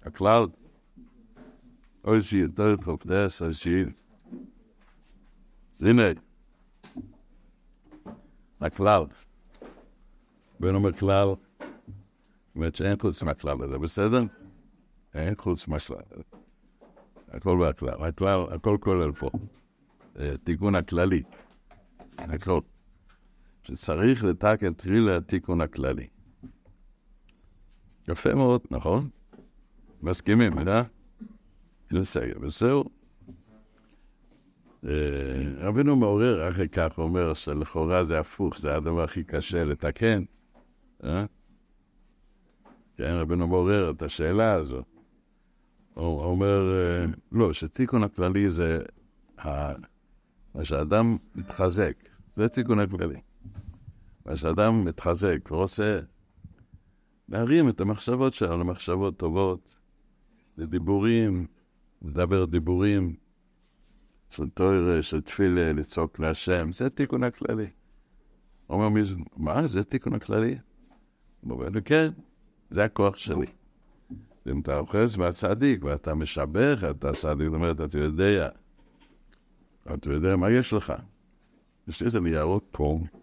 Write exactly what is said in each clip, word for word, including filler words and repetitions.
הכלל, או שיותר חופדס, או שיהיה. הנה, הכלל. בן אומר כלל, זאת אומרת שאין חוץ מהכלל הזה, בסדר? אין חוץ מהכלל. הכל בהכלל, הכלל, הכל כולל פה. תיקון הכללי. הכל. שצריך לתקן תחילה התיקון הכללי. יפה מאוד, נכון? מסכימים, אה? בסדר, בסדר. רבינו מעורר אחרי כך אומר שלכאורה זה הפוך, זה הדבר הכי קשה לתקן. אה? כן, רבינו מעורר את השאלה הזו. הוא אומר, לא, שתיקון הכללי זה מה שאדם מתחזק. זה תיקון הכללי. מה שאדם מתחזק ורוצה להרים את המחשבות שלנו, למחשבות טובות, לדיבורים, לדבר דיבורים, של תורה, של תפילה, לצעוק להשם. זה תיקון הכללי. הוא אומר מישהו, מה? זה תיקון הכללי? הוא אומר, כן, זה הכוח שלי. אם אתה אוחז מהצדיק ואתה משבח את הצדיק, זאת אומרת, אתה יודע, אתה יודע מה יש לך. יש איזה ניירות פה, אני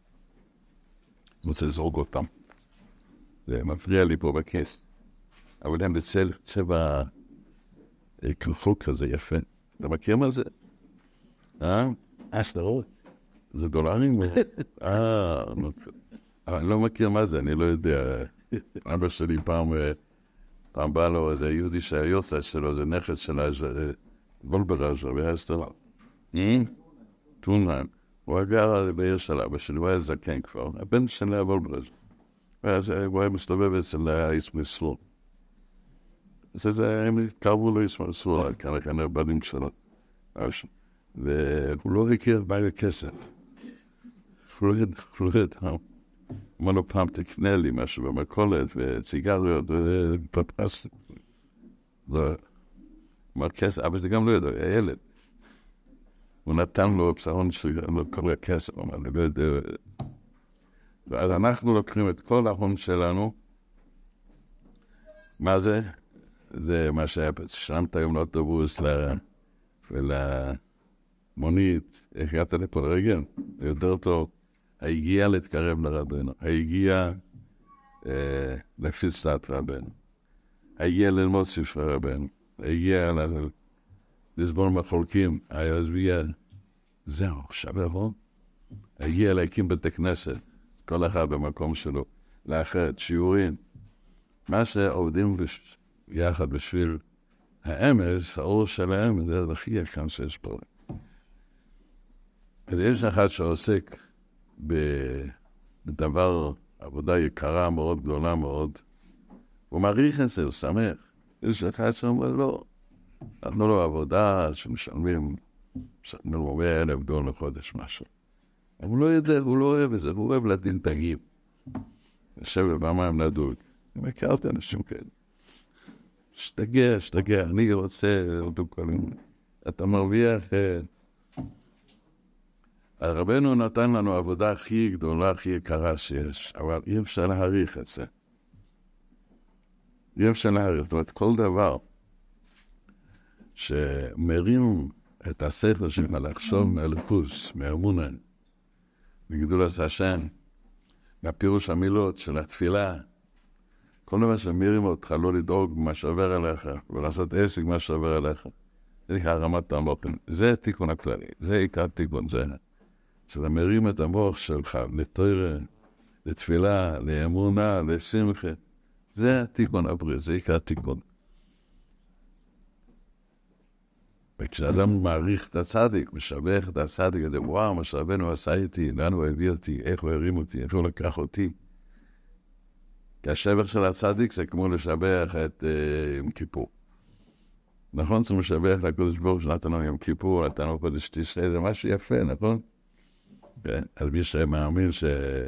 רוצה לזרוק אותם. זה מפריע לי פה בכיס. אבל הם בצבע כחול כזה יפה. אתה מכיר מה זה? אה? אסטרות. זה דולרים? אה, אני לא מכיר מה זה, אני לא יודע. אבא שלי פעם, פעם בא לו איזה יהודי שהיוצא שלו, זה נכס שלה, זה וולברג' והיה אסטרה. טונהיים. הוא היה בעיר של אבא שלי, הוא היה זקן כבר. הבן שלי היה וולברג'. הוא היה מסתובב אצל האיס מסלול. זה, הם התקרבו לו איס מסלול, כנראה בנים שלו. והוא לא הכיר בעיה כסף. הוא לא ידע. אמר לו פעם תקנה לי משהו במקולת וציגריות ופפס. אמר כסף, אבא שלי גם לא ידע, היה ילד. הוא נתן לו פסרון שלו כל הכסף, אמר לי, לא יודע. ואז אנחנו לוקחים את כל ההון שלנו. מה זה? זה מה שהיה, שנת היום לאוטובוס ולמונית, הגעת לפה רגל, זה יותר טוב. הגיע להתקרב לרבנו, הגיע אה, לפיסת רבנו, הגיע ללמוד ספרי רבנו, הגיע לסבור מחולקים, הגיע, זהו, שווה הון. הגיע להקים בית הכנסת, כל אחד במקום שלו, לאחד, שיעורים. מה שעובדים בש... יחד בשביל האמס, האור שלהם, זה הכי יקר שיש פה. אז יש אחד שעוסק בדבר, עבודה יקרה מאוד, גדולה מאוד. הוא מעריך את זה, הוא שמח. יש אחד שאומר, לא, נתנו לו עבודה שמשלמים, משלמים לו מאה אלף דולר לחודש משהו. אבל הוא לא יודע, הוא לא אוהב את זה, הוא אוהב לדין תגיב. יושב במים לדוד. אני מכרתי אנשים כאלה. שתגע, שתגע, אני רוצה, אתה מרוויח. הרבנו נתן לנו עבודה הכי גדולה, הכי יקרה שיש, אבל אי אפשר להעריך את זה. אי אפשר להעריך, זאת אומרת, כל דבר שמרים את השכל שלך לחשוב מהלכוס, מהאמונה, מגדולת השם, מהפירוש המילות של התפילה, כל דבר שמרים אותך לא לדאוג מה שעובר עליך, ולעשות עסק מה שעובר עליך, זה הרמת המוחן. זה תיקון הכללי, זה עיקר תיקון, זה. שאתה מרים את המוח שלך לתורה, לתפילה, לאמונה, לשמחה, זה התיקון הבריא, זה עיקר תיקון. וכשאדם מעריך את הצדיק, משבח את הצדיק, יודע, וואו, מה שרבנו עשה איתי, לאן הוא הביא אותי, איך הוא הרים אותי, איך הוא לקח אותי. כי השבח של הצדיק זה כמו לשבח את uh, יום כיפור. נכון? זה משבח לקודש ברוך שנתן לנו יום כיפור, נתן לנו קודש תשרי, זה משהו יפה, נכון? כן, אז מי שמאמין ש...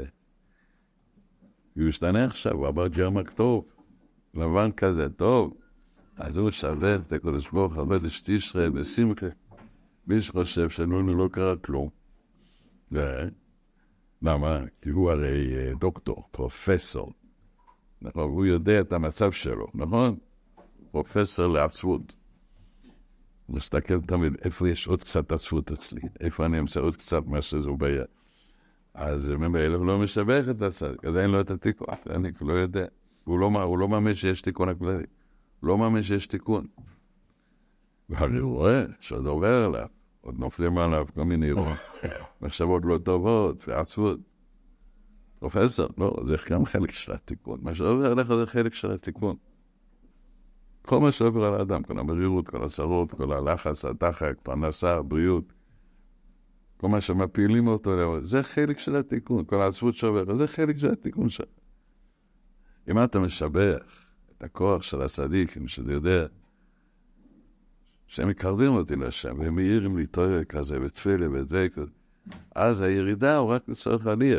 הוא ישתנה עכשיו, הוא עבר ג'רמק טוב, לבן כזה טוב, אז הוא שבח את הקודש ברוך, קודש תשרי, בשמחה. מי שחושב שלנו לא קרה כלום. למה? כי הוא הרי דוקטור, פרופסור. נכון, הוא יודע את המצב שלו, נכון? פרופסור לעצבות. מסתכל תמיד איפה יש עוד קצת עצבות אצלי, איפה אני אמצא עוד קצת מה שזו בעיה. אז ממילא הוא לא משבח את הצדיק, אז אין לו את התיקון, אני לא יודע. הוא לא, הוא לא מאמין שיש תיקון הכללי, הוא לא מאמין שיש תיקון. ואני רואה שעוד עובר עליו, עוד נופלים עליו כל מיני מחשבות לא טובות ועצבות. פרופסור, לא, זה גם חלק של התיקון. מה שעובר עליך זה חלק של התיקון. כל מה שעובר על האדם, כל המרירות, כל הצרות, כל הלחץ, הדחק, פרנסה, בריאות, כל מה שמפילים אותו, זה חלק של התיקון. כל העצבות שעובר, זה חלק של התיקון שלך. אם אתה משבח את הכוח של הצדיקים, שאתה יודע, שהם מקרבים אותי לשם, והם מאירים לי תואר כזה, ותפילה ודבקות, אז הירידה הוא רק לצורך עלייה.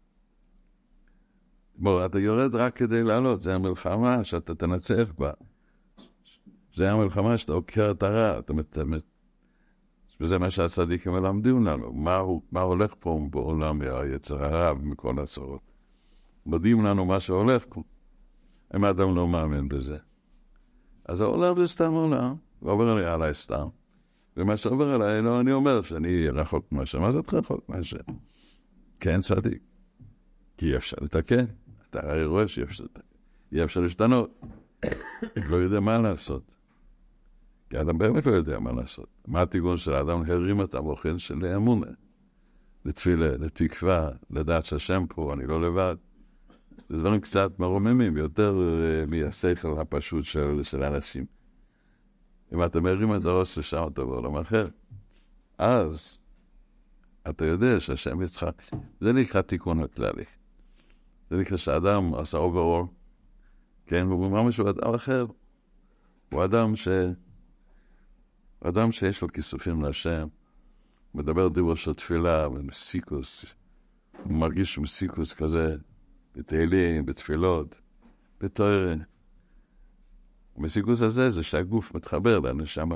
בוא, אתה יורד רק כדי לעלות, זה המלחמה שאתה תנצח בה. זה המלחמה שאתה עוקר את הרע, אתה מתאמת. וזה מה שהצדיקים מלמדים לנו, מה, הוא, מה הולך פה בעולם מהיצר הרע ומכל הצרות. מודיעים לנו מה שהולך פה. אם האדם לא מאמין בזה. אז העולם זה סתם עולם, ועובר עלי עליי סתם. ומה שעובר עליי, לא, אני אומר שאני רחוק מהשם, אז אתה רחוק מהשם. כן, צדיק. כי אי אפשר לתקן. אתה הרי רואה שאי אפשר לתקן. אי אפשר להשתנות. לא יודע מה לעשות. כי אדם באמת לא יודע מה לעשות. מה התיקון של האדם? הרים את המוחין של אמונה. לתפילה, לתקווה, לדעת שהשם פה, אני לא לבד. זה דברים קצת מרוממים, יותר uh, מהשכל הפשוט של, של האנשים. אם אתה מרים את הראש לשם, אתה בעולם אחר. אז אתה יודע שהשם יצחק. זה נקרא תיקון הכללי. זה נקרא שאדם עשה אוברול, כן, והוא ממש הוא אדם אחר. הוא אדם ש... הוא אדם שיש לו כיסופים להשם, מדבר דיבור של תפילה, ומסיקוס, הוא מרגיש מסיקוס כזה, בתהילים, בתפילות, בתואר. המסיקוס הזה זה שהגוף מתחבר לנשמה.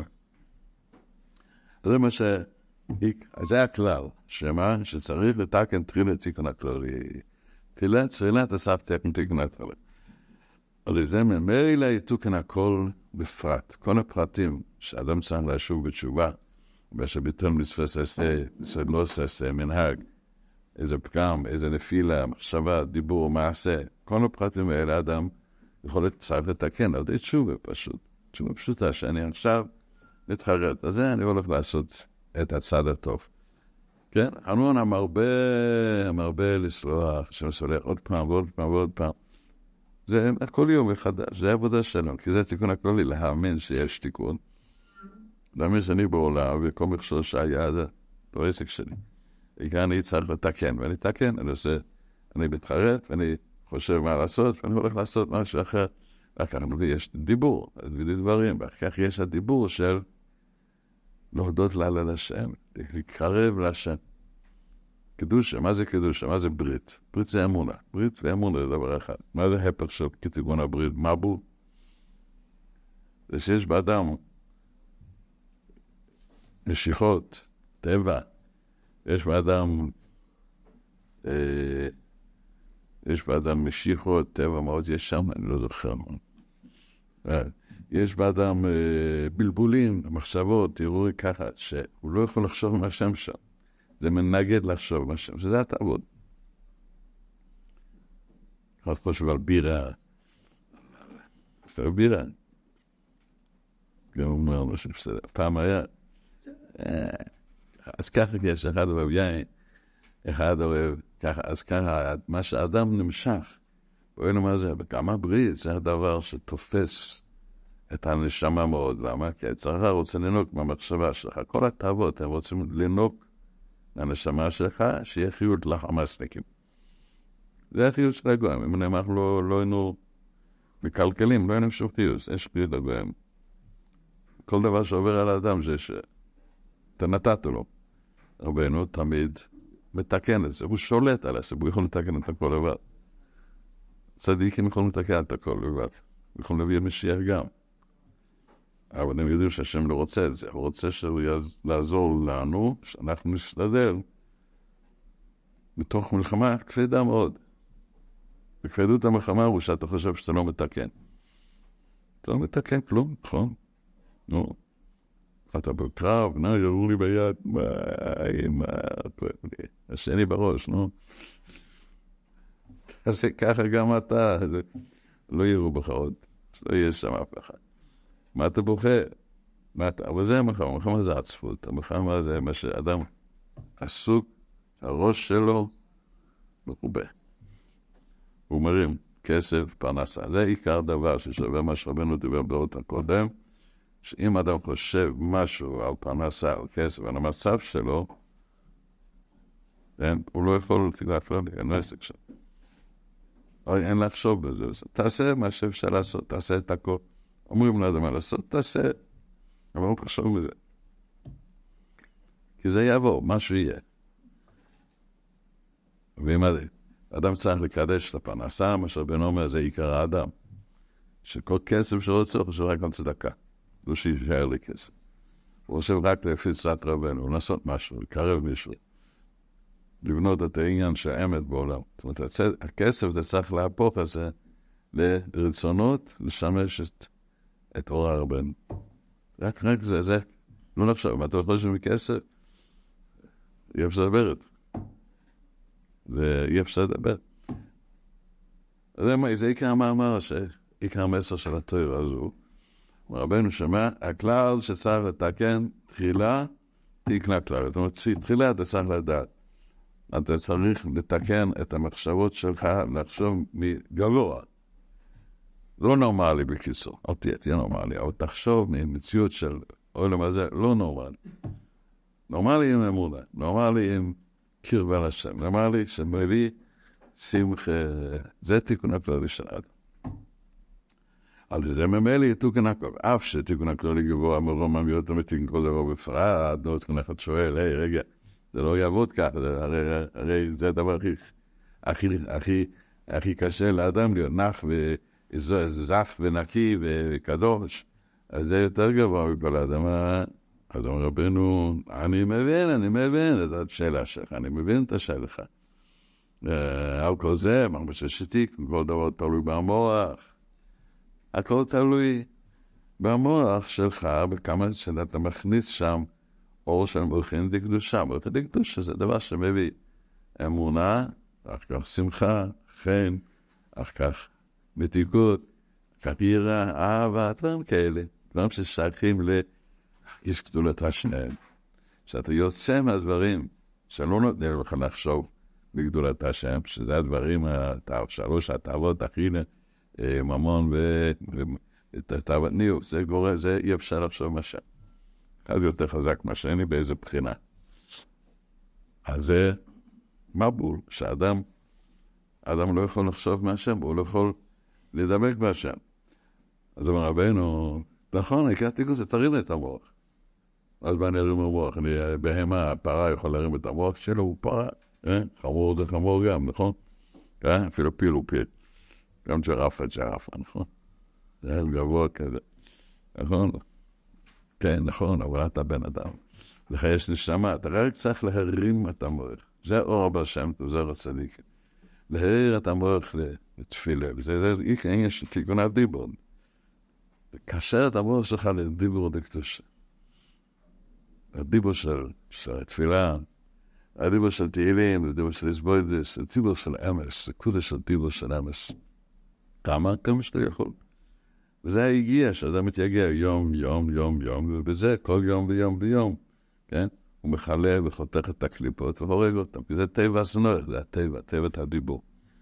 זה מה ש... זה הכלל, שמה? שצריך לתקן תרילת תיקון הכללי. תרילת, תרילת אסף תקן תיקון הכללי. אבל זה ממילא יתוקן הכל בפרט. כל הפרטים שאדם צריך לשוב בתשובה, ושביטול מצווה עשה, מצווה לא עשה, מנהג, איזה פגם, איזה נפילה, מחשבה, דיבור, מעשה, כל הפרטים האלה אדם יכול צריך לתקן, אבל זה תשובה פשוט. תשובה פשוטה שאני עכשיו מתחרט. אז זה אני הולך לעשות את הצד הטוב. כן? חנון המרבה, המרבה לסלוח, שמסולח עוד פעם ועוד פעם ועוד פעם. זה כל יום מחדש, זה העבודה שלנו, כי זה תיקון הכללי, להאמין שיש תיקון. להאמין שאני בעולם, וכל מכשול שהיה, זה העסק שלי. וכאן אני צריך לתקן, ואני אתקן, אני עושה, אני מתחרט, ואני חושב מה לעשות, ואני הולך לעשות משהו אחר. ואחר כך יש דיבור, דברים, ואחר כך יש הדיבור של להודות לה לשם, לקרב לשם. קדושה, מה זה קדושה? מה זה ברית? ברית זה אמונה. ברית ואמונה זה דבר אחד. מה זה הפך של כתיגון הברית? מה בו? זה שיש באדם משיכות, טבע. יש באדם אה, יש באדם משיכות, טבע מאוד יש שם, אני לא זוכר. אה, יש באדם אה, בלבולים, מחשבות, תראו ככה, שהוא לא יכול לחשוב מה שם שם. זה מנגד לחשוב מה שם, שזה התעבוד. אחד חושב על בירה. טוב, בירה. גם אומר לו שבסדר. פעם היה, אז ככה יש אחד אוהב יין, אחד אוהב ככה, אז ככה, מה שהאדם נמשך, בואי נאמר זה, בכמה ברית, זה הדבר שתופס את הנשמה מאוד. למה? כי הצער רוצה לנוק מהמחשבה שלך. כל התאוות, הם רוצים לנוק לנשמה שלך, שיהיה חיות לחמאסניקים. זה החיות של הגויים. אם אנחנו לא, לא היינו מקלקלים, לא היינו שום חיות, יש חיות לגויים. כל דבר שעובר על האדם זה שאתה נתת לו. רבנו תמיד מתקן את זה, הוא שולט על זה, הוא יכול לתקן את הכל לבד. צדיקים יכולים לתקן את הכל לבד. הוא יכול להביא משיח גם. אבל הם יודעים שהשם לא רוצה את זה. הוא רוצה שהוא יעזור לנו, שאנחנו נשתדל בתוך מלחמה כבדה מאוד. וכבדות המלחמה הוא שאתה חושב שאתה לא מתקן. אתה לא מתקן כלום, נכון? נו, אתה בקרב, נה, יראו לי ביד, מה, מה, השני בראש, נו. תעשה ככה גם אתה, לא יראו בך עוד, לא יהיה שם אף אחד. מה אתה בוחר? מה אתה, אבל זה המלחמה, המלחמה זה עצפות, המלחמה זה מה שאדם עסוק, הראש שלו מרובה. הוא מרים כסף, פרנסה. זה עיקר דבר ששווה מה שרבנו דיבר באות הקודם, שאם אדם חושב משהו על פרנסה, על כסף, על המצב שלו, כן, הוא לא יכול להפריע לי, אין לו עסק שם. אין לחשוב בזה. תעשה מה שאפשר לעשות, תעשה את הכל. אומרים לאדם מה לעשות, תעשה. אבל הוא חשוב בזה. כי זה יבוא, משהו יהיה. ואם אדם צריך לקדש את הפרנסה, מה שרבנו אומר, זה עיקר האדם. שכל כסף שרוצה, הוא חושב רק על צדקה. לא שישאר לי כסף. הוא חושב רק לפי צד רבנו, לעשות משהו, לקרב מישהו. לבנות את העניין של האמת בעולם. זאת אומרת, הכסף זה צריך להפוך את זה לרצונות, לשמש את, את אור הרבנו. רק רק זה, זה. לא נחשב, מה אתה חושב מכסף? אי אפשר לדבר את זה. זה אי אפשר לדבר. זה מה, זה עיקר המאמר, עיקר המסר של התורה הזו. רבנו שמע, הכלל שצריך לתקן תחילה, תקנה כלל. זאת אומרת, תחילה אתה צריך לדעת. אתה צריך לתקן את המחשבות שלך, לחשוב מגבוה. לא נורמלי בקיצור, אל תהיה, תהיה נורמלי, אבל תחשוב ממציאות של עולם הזה, לא נורמלי. נורמלי עם אמונה, נורמלי עם קרבה לשם, נורמלי שמביא שמחה, זה תיקון הכללי של האדם. על זה ממילא תיקון הכללי, אף שתיקון הכללי גבוה מרום המיות המתיקון כל דבר בפרט, לא תקון אחד שואל, היי רגע, זה לא יעבוד ככה, הרי, הרי זה הדבר הכי, הכי, הכי, הכי קשה לאדם להיות נח וזך ונקי וקדוש, אז זה יותר גבוה מכל האדם. אדם רבנו, אני מבין, אני מבין את השאלה שלך, אני מבין את השאלה שלך. על כל זה, ממש שתיק, כל דבר תלוי במוח. הכל תלוי במוח שלך, בכמה שאתה מכניס שם אור של מלכין דקדושה. מלכין דקדושה זה דבר שמביא אמונה, אחר כך שמחה, חן, אחר כך מתיקות, אחר יראה, אהבה, דברים כאלה. דברים ששייכים ל... יש גדולת השם. שאתה יוצא מהדברים שלא נותנים לך לחשוב בגדולת השם, שזה הדברים, שלוש התאוות, אכילה, ממון ותאוות ניאוף, זה גורם, זה אי אפשר לחשוב מהשם. אז יותר חזק מהשני באיזה בחינה. אז זה מבול, שאדם, אדם לא יכול לחשוב מהשם, הוא לא יכול לדבק בהשם. אז אומר רבנו, נכון, עיקר תיקון זה תרים את המוח. אז בא נרים המוח, אני בהמה, הפרה יכול להרים את המוח שלו, הוא פרה, אה? חמור זה חמור גם, נכון? אה? אפילו פיל הוא פיל. גם ג'רפה ג'רפה, נכון? זה הל גבוה כזה, נכון? כן, נכון, אבל אתה בן אדם. לך יש נשמה, אתה רק צריך להרים את המוח. זה אור הבא שם, זה הצדיק. להרים את המוח לתפילה, וזה זה עניין של תיקון הדיבור. כאשר את המוח שלך לדיבור לקדושה. הדיבור של, של התפילה, הדיבור של תהילים, הדיבור של הסבוידס, הדיבור של אמס, הקודש של דיבור של אמס. כמה? כמה שאתה יכול. וזה הגיע, שאדם מתייגע יום, יום, יום, יום, ובזה כל יום ויום ויום, כן? הוא מחלה וחותך את הקליפות והורג אותם, כי זה טבע הסנוח, זה הטבע, טבע הדיבור.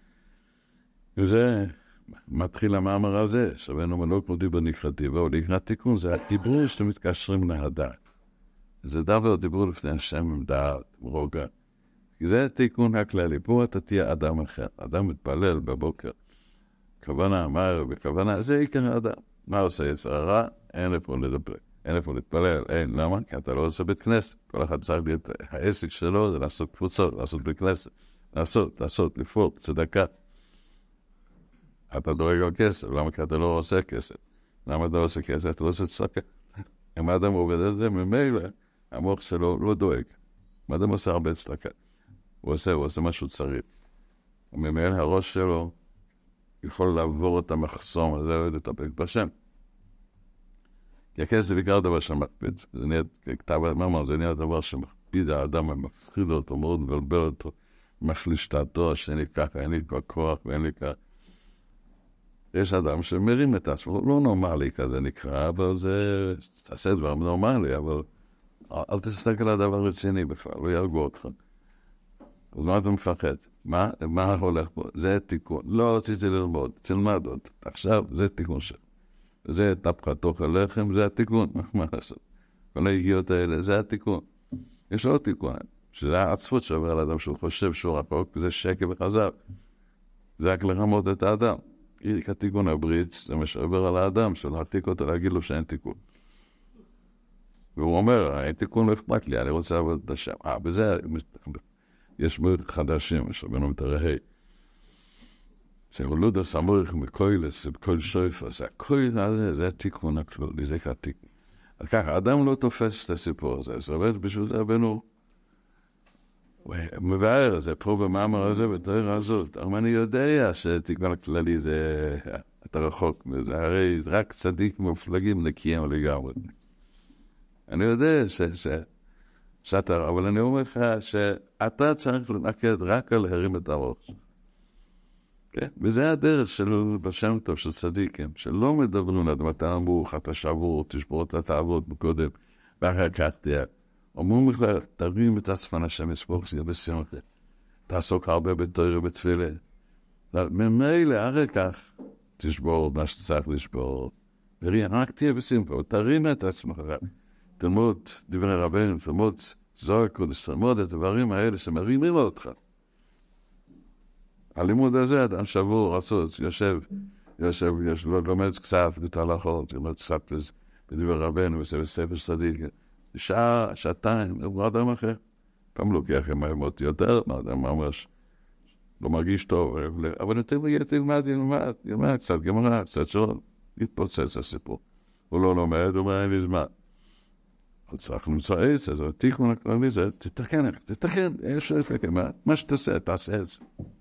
וזה מתחיל המאמר הזה, שווינו מלא כמו דיבור נקרא דיבור, אבל נקרא תיקון, זה הדיבור שאתם מתקשרים להדעת. זה דבר דיבור לפני השם עם דעת, רוגע. כי זה תיקון הכללי, פה אתה תהיה אדם אחר, אדם מתפלל בבוקר. כוונה, מה בכוונה, זה עיקר האדם. מה עושה יצר הרע? אין איפה לדבר, אין איפה להתפלל, אין, למה? כי אתה לא עושה בית כנסת. כל אחד צריך להיות, העסק שלו זה לעשות קבוצות, לעשות בית כנסת. לעשות, לעשות, לפעול, צדקה. אתה דואג על כסף, למה? כי אתה לא עושה כסף. למה אתה לא עושה כסף? אתה לא עושה צדקה. אם האדם עובד את זה, ממילא, המוח שלו לא דואג. האדם עושה הרבה צדקה. הוא עושה, הוא עושה משהו צריך. וממילא הראש שלו יכול לעבור את המחסום הזה ולטפק בשם. כי הכסף זה בעיקר דבר שמקפיד. זה נהיה, כתב המאמר, זה נהיה דבר שמקפיד, האדם מפחיד אותו, מאוד מבלבל אותו, מחליש את דעתו, השני ככה, אין לי כבר כוח ואין לי ככה. יש אדם שמרים את עצמו, לא נורמלי כזה נקרא, אבל זה, תעשה דבר נורמלי, אבל אל תסתכל על הדבר רציני בכלל, לא ירגו אותך. אז מה אתה מפחד? מה? מה הולך פה? זה תיקון. לא רציתי ללמוד, תלמד עוד. עכשיו זה תיקון של. זה תפחה תוך הלחם, זה התיקון. מה לעשות? כל ההגיעות האלה, זה התיקון. יש עוד תיקון, שזה העצפות שעובר על אדם שהוא חושב שהוא רחוק, וזה שקר וחזק. זה רק לרמות את האדם. כתיקון הברית, זה מה שעובר על האדם, של להעתיק אותו, להגיד לו שאין תיקון. והוא אומר, אין תיקון לא אכפת לי, אני רוצה לעבוד את השם. אה, בזה יש מאוד חדשים, יש רבנו מתראה. שהולוד הסמורך מקוילס, בכל שויפה, זה הקויל הזה, זה התיקון הכלולי, זה כתיקון. אז ככה, האדם לא תופס את הסיפור הזה, זה עובד בשביל זה רבנו. הוא מבאר, זה פה במאמר הזה, בתאר הזאת. אבל אני יודע שתיקון הכללי זה, אתה רחוק מזה, הרי זה רק צדיק מופלגים נקיים לגמרי. אני יודע ש... ש... שאתה, אבל אני אומר לך שאתה צריך לנקד רק על להרים את הראש. כן? וזה הדרך של בשם טוב, של צדיקים, שלא מדברים עד מתי אמרו, אתה שבור, תשבור את התאבות בקודם, ואחר כך תהיה. אומרים לך, תרים את עצמן השם יספוך, זה בשמחה. תעסוק הרבה בתורה ובתפילה. ממילא, אחר כך, תשבור מה שצריך לשבור. רק תהיה בשמחה, תרים את עצמך. תלמוד דברי רבנו, תלמוד זוהר קודש, תלמוד את הדברים האלה שמרימים אותך. הלימוד הזה, אדם שבור, רצות, יושב, יושב, יושב, לומד קצת בתהלכות, לומד קצת בדברי רבנו, בספר צדיק. שעה, שעתיים, הוא אדם אחר. פעם לוקח עם מהמות יותר, אדם ממש לא מרגיש טוב, אבל יותר מגיע, תלמד, ילמד, ילמד קצת גמרא, קצת שעות, יתפוצץ הסיפור. הוא לא לומד, הוא אומר, אין לי זמן. אז צריך למצוא עץ, אז התיקון הכללי זה, תתקן, תתקן, יש לתקן, מה שתעשה, תעשה את זה.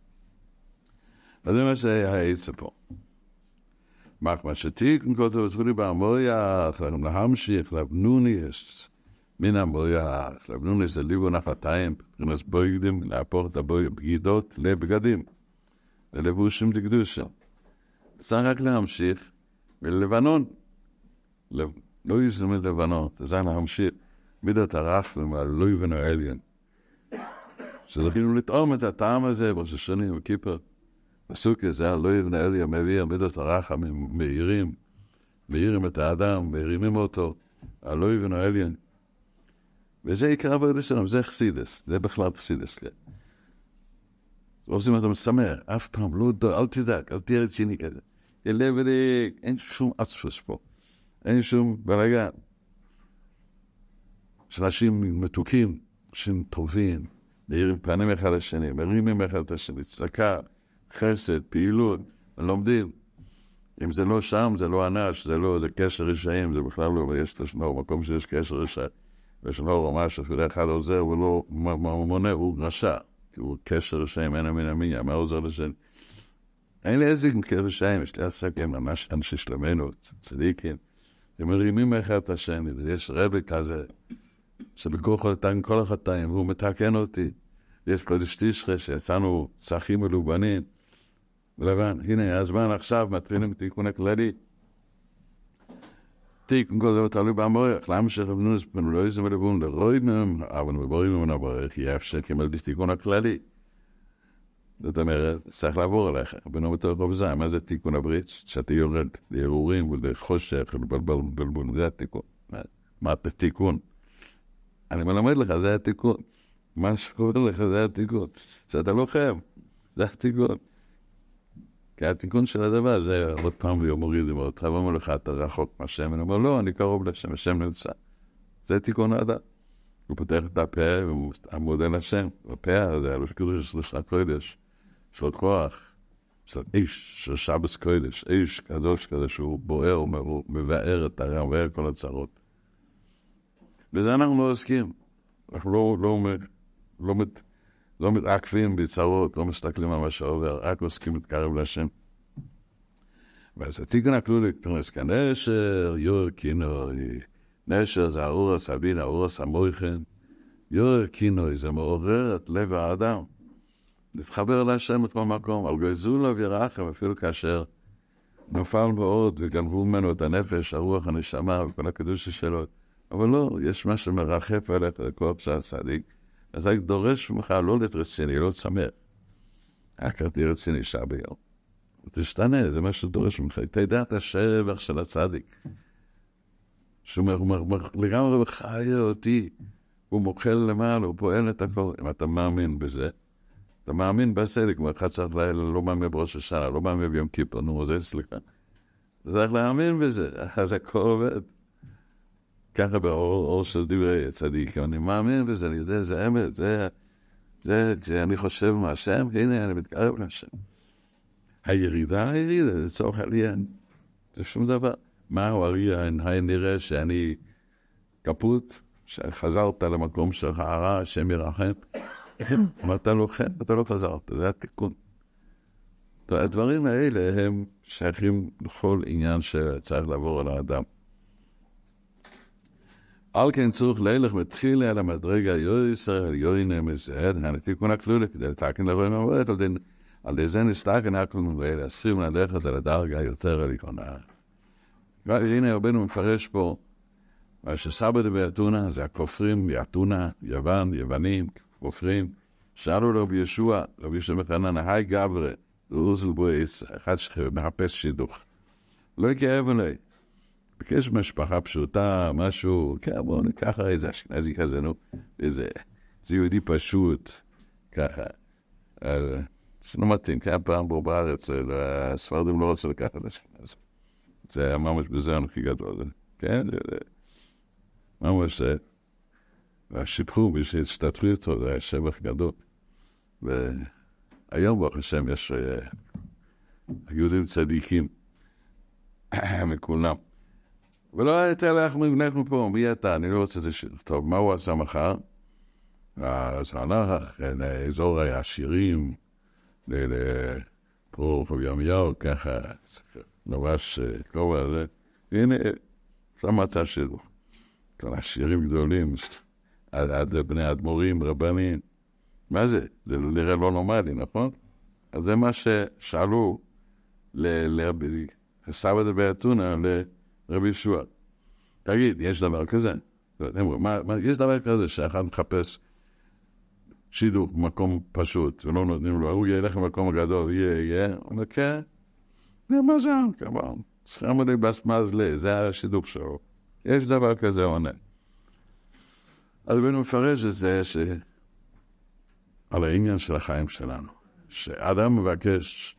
אז זה מה שהיה העץ פה. מה שתיקון כותב, צריכים בהמויח, להמשיך, לבנוניס, מן המויח, לבנוניס זה ליבו נחתיים, מבחינת בויגדים, להפוך את הבגידות לבגדים, ללבושים דקדושים. צריך רק להמשיך, ולבנון, לא יזמד לבנות, זה להמשיך, מידת הרחמים, לא יבנו אליין. שזכינו לטעום את הטעם הזה, בראש השנים, בכיפר, בסוכה זה, לא יבנו אליין, מביא מידת הרחמים, מאירים, מאירים את האדם, מאירימים אותו, לא יבנו אליין. וזה יקרה בעוד השלום, זה חסידס, זה בכלל חסידס, כן. עושים אתה משמח, אף פעם, לא, אל תדאג, אל תהיה רציני כזה. ילב ודיק, אין שום עצפוס פה. אין שום בלגן. שאנשים מתוקים, אנשים טובים, מאירים פנים אחד לשני, מרימים אחד את השני, צדקה, חסד, פעילות, לומדים. אם זה לא שם, זה לא אנש, זה לא, זה קשר רשעים, זה בכלל לא, ויש לשמור, מקום שיש קשר רשעים, ושמור או משהו, ואחד אחד עוזר ולא מונה, הוא רשע, כי הוא קשר רשעים, אין אמין אמין, מה עוזר לשני? אין לי איזה קשר רשעים, יש לי עסקים, אנשי שלמנו, צדיקים, הם מרימים אחד את השני, ויש רבי כזה, שבכוח לתקן כל החטאים, והוא מתקן אותי. ויש קודש תשרה, שיצאנו צחים מלובנים, ולבן, הנה, הזמן עכשיו, מתחילים תיקון הכללי. תיקון כל זה תלוי במורך, למה שרבנו נספנו לא יזם ולבון לרואים מהם, אבל מבורים ממנו ברך, יהיה אפשר כמל תיקון הכללי. זאת אומרת, צריך לעבור עליך, בנו בתור רוב זה, מה זה תיקון הברית? שאתה יורד להרורים ולחושך ולבלבול, זה התיקון. מה התיקון? אני מלמד לך, זה התיקון. מה שקורה לך, זה התיקון. שאתה לא חייב, זה התיקון. כי התיקון של הדבר, זה עוד פעם ויומורידים, עוד פעם אומר לך, אתה רחוק מהשם, אני אומר, לא, אני קרוב לשם, השם נמצא. זה תיקון האדם. הוא פותח את הפה, והוא מודה לשם. הפה הזה, אלוף קודש של שלושת קודש, של כוח, של איש, של שבס קודש, איש קדוש כזה, שהוא בוער, הוא מבאר את הרע, מבאר כל הצרות. וזה אנחנו לא עוסקים. אנחנו לא, לא, לא, לא, לא מתעקבים בצרות, לא מסתכלים על מה שעובר, רק עוסקים להתקרב לשם. ואז התיקון הכלולי פרנס כנשר, יור כינוי, נשר זה האור הסבין, האור הסמויכן, יור כינוי זה מעורר את לב האדם, להתחבר להשם בכל מקום, על גזולו וירחם, אפילו כאשר נופל מאוד וגנבו ממנו את הנפש, הרוח, הנשמה וכל הקדוש שלו, אבל לא, יש מה שמרחף עליך לכל פשע הצדיק, אז אני דורש ממך לא להיות רציני, לא צמר. רק תהיה רציני שעה ביום. תשתנה, זה מה שדורש ממך. תדע את השבח של הצדיק. שהוא לגמרי מחיה אותי. הוא מוכל למעלה, הוא פועל את הכל. אם אתה מאמין בזה, אתה מאמין בסדר, כמו אחד צריך לילה, לא מאמין בראש השנה, לא מאמין ביום כיפר, נו, זה סליחה. צריך להאמין בזה, אז הכל עובד. ככה באור של דברי צדיק, אני מאמין בזה, אני יודע, זה אמת, זה, זה, שאני חושב מה השם, הנה, אני מתקרב להשם. הירידה, הירידה, זה צורך עליין, זה שום דבר. מהו הריין, היין נראה שאני כפות, שחזרת למקום שלך, הרע, השם ירחם, אמרת לו, כן, אתה לא חזרת, זה התיקון. הדברים האלה הם שייכים לכל עניין שצריך לעבור על האדם. על כן צורך לילך מתחיל על המדרגה יוי ישראל, יוי נמס, הנתיקון הכלולי, כדי לתקן לרואים המורך, על ידי זה נסתקן הכלולי, ולהסרים ללכת על הדרגה יותר עליונה. והנה רבנו מפרש פה, מה שסבא באתונה, זה הכופרים, יאתונה, יוון, יוונים, כופרים, שאלו לרבי ישוע, רבי ישוע מחנן, היי גברה, לאוזל בויס, אחד שמחפש שידוך. לא יקרב אליי. בקש משפחה פשוטה, משהו, כן, בואו ניקח איזה אשכנזי כזה, נו, איזה, זה יהודי פשוט, ככה, שלא מתאים, כמה פעם בו בארץ, הספרדים לא רוצה לקחת את אשכנזי. זה היה ממש בזה הכי גדול, כן, ממש, והשיפחו, מי שהשתתפו אותו, זה היה שבח גדול. והיום ברוך השם יש יהודים צדיקים מכולם. ולא הייתה לך מבנחנו פה, מי אתה? אני לא רוצה את זה שיר. טוב, מה הוא עשה מחר? אז הלך לאזור העשירים, לפרוף ובימיהו, ככה, ממש קרוב הזה. והנה, שם מצא שלו. כל עשירים גדולים, עד בני אדמו"רים, רבנים. מה זה? זה נראה לא נורמלי, נכון? אז זה מה ששאלו לרבי, סבא באתונה, לרבי ישוע. תגיד, יש דבר כזה? מה, מה, יש דבר כזה שאחד מחפש שידוך במקום פשוט, ולא נותנים לו, הוא ילך למקום הגדול, יהיה, יהיה, הוא אומר, כן, זה מה זה, כמובן, צריכים לי בסמז לי, זה השידוך שלו. יש דבר כזה עונה. אז בנו מפרש את זה ש... על העניין של החיים שלנו, שאדם מבקש,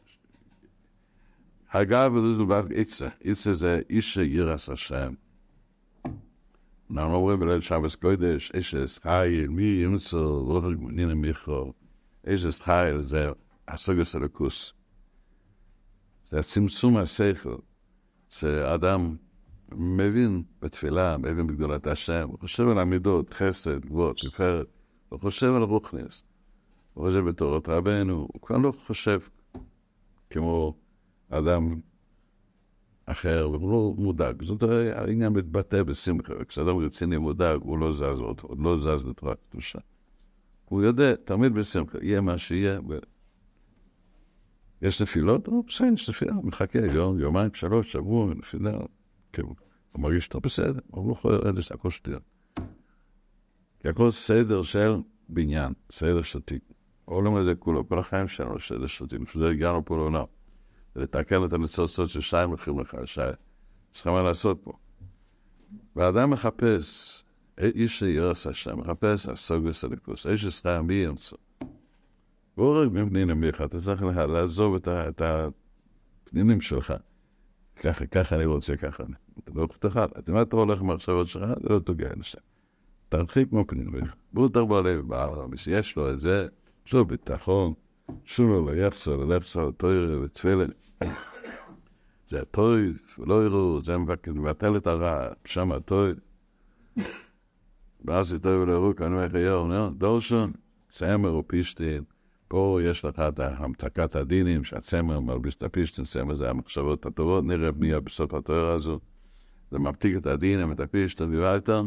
הגב וזו בעד איצה, איצה זה איש שירס השם. אנחנו אומרים בליל שבס קודש, איש חייל, מי ימצא, רוח הגמונין מיכו, איש חייל זה הסוגס הלכוס. זה הצמצום השכל, שאדם מבין בתפילה, מבין בגדולת השם, הוא חושב על המידות, חסד, גבוהות, תפארת, הוא חושב על רוחניס. הוא חושב בתורת רבנו, הוא כבר לא חושב כמו אדם אחר, הוא לא מודאג. זאת העניין מתבטא בשמחה, כשאדם רציני מודאג, הוא לא זז אותו, הוא לא זז לתורת קדושה. הוא יודע, תמיד בשמחה, יהיה מה שיהיה. ו... יש נפילות? הוא בסדר, יש נפילה, מחכה יום, יומיים, שלוש, שבוע, נפילה. הוא מרגיש שאתה בסדר, הוא לא יכול לרדת, זה הכל שטויות. כי הכל סדר של בניין, סדר שתיק. העולם הזה כולו, כל החיים שלנו, סדר שתיק, שזה הגענו פה לעולם. ולתקן את הניצוצות ששיים הולכים לך, שצריכים מה לעשות פה. והאדם מחפש, איש שירס השם, מחפש הסוגס הליכוס, איש ששחי מי ינסו. והוא רק מפנינים לך, אתה צריך לעזוב את הפנינים שלך. ככה, ככה אני רוצה, ככה. אתה לא תוכל, אם אתה הולך מהחשבות שלך, זה לא תוגע לשם. תרחיק מפנינים לך. בואו תרבה לב בעל, מי שיש לו את זה, יש לו ביטחון, שולו לא יחסו, לא יחסו, תוירה ותפילה. זה הטויד, ולא יראו, זה מבטל את הרע, שם הטויד. ואז יטוי ולהרו, כאן מחייר, דורשון, סמר ופישטין, פה יש לך את המתקת הדינים, שהצמר מלביש את הפישטן, צמר זה המחשבות הטובות, נראה בנייה בסוף התואר הזו, זה ממתיק את הדינים, את הפישטן ויבייתם.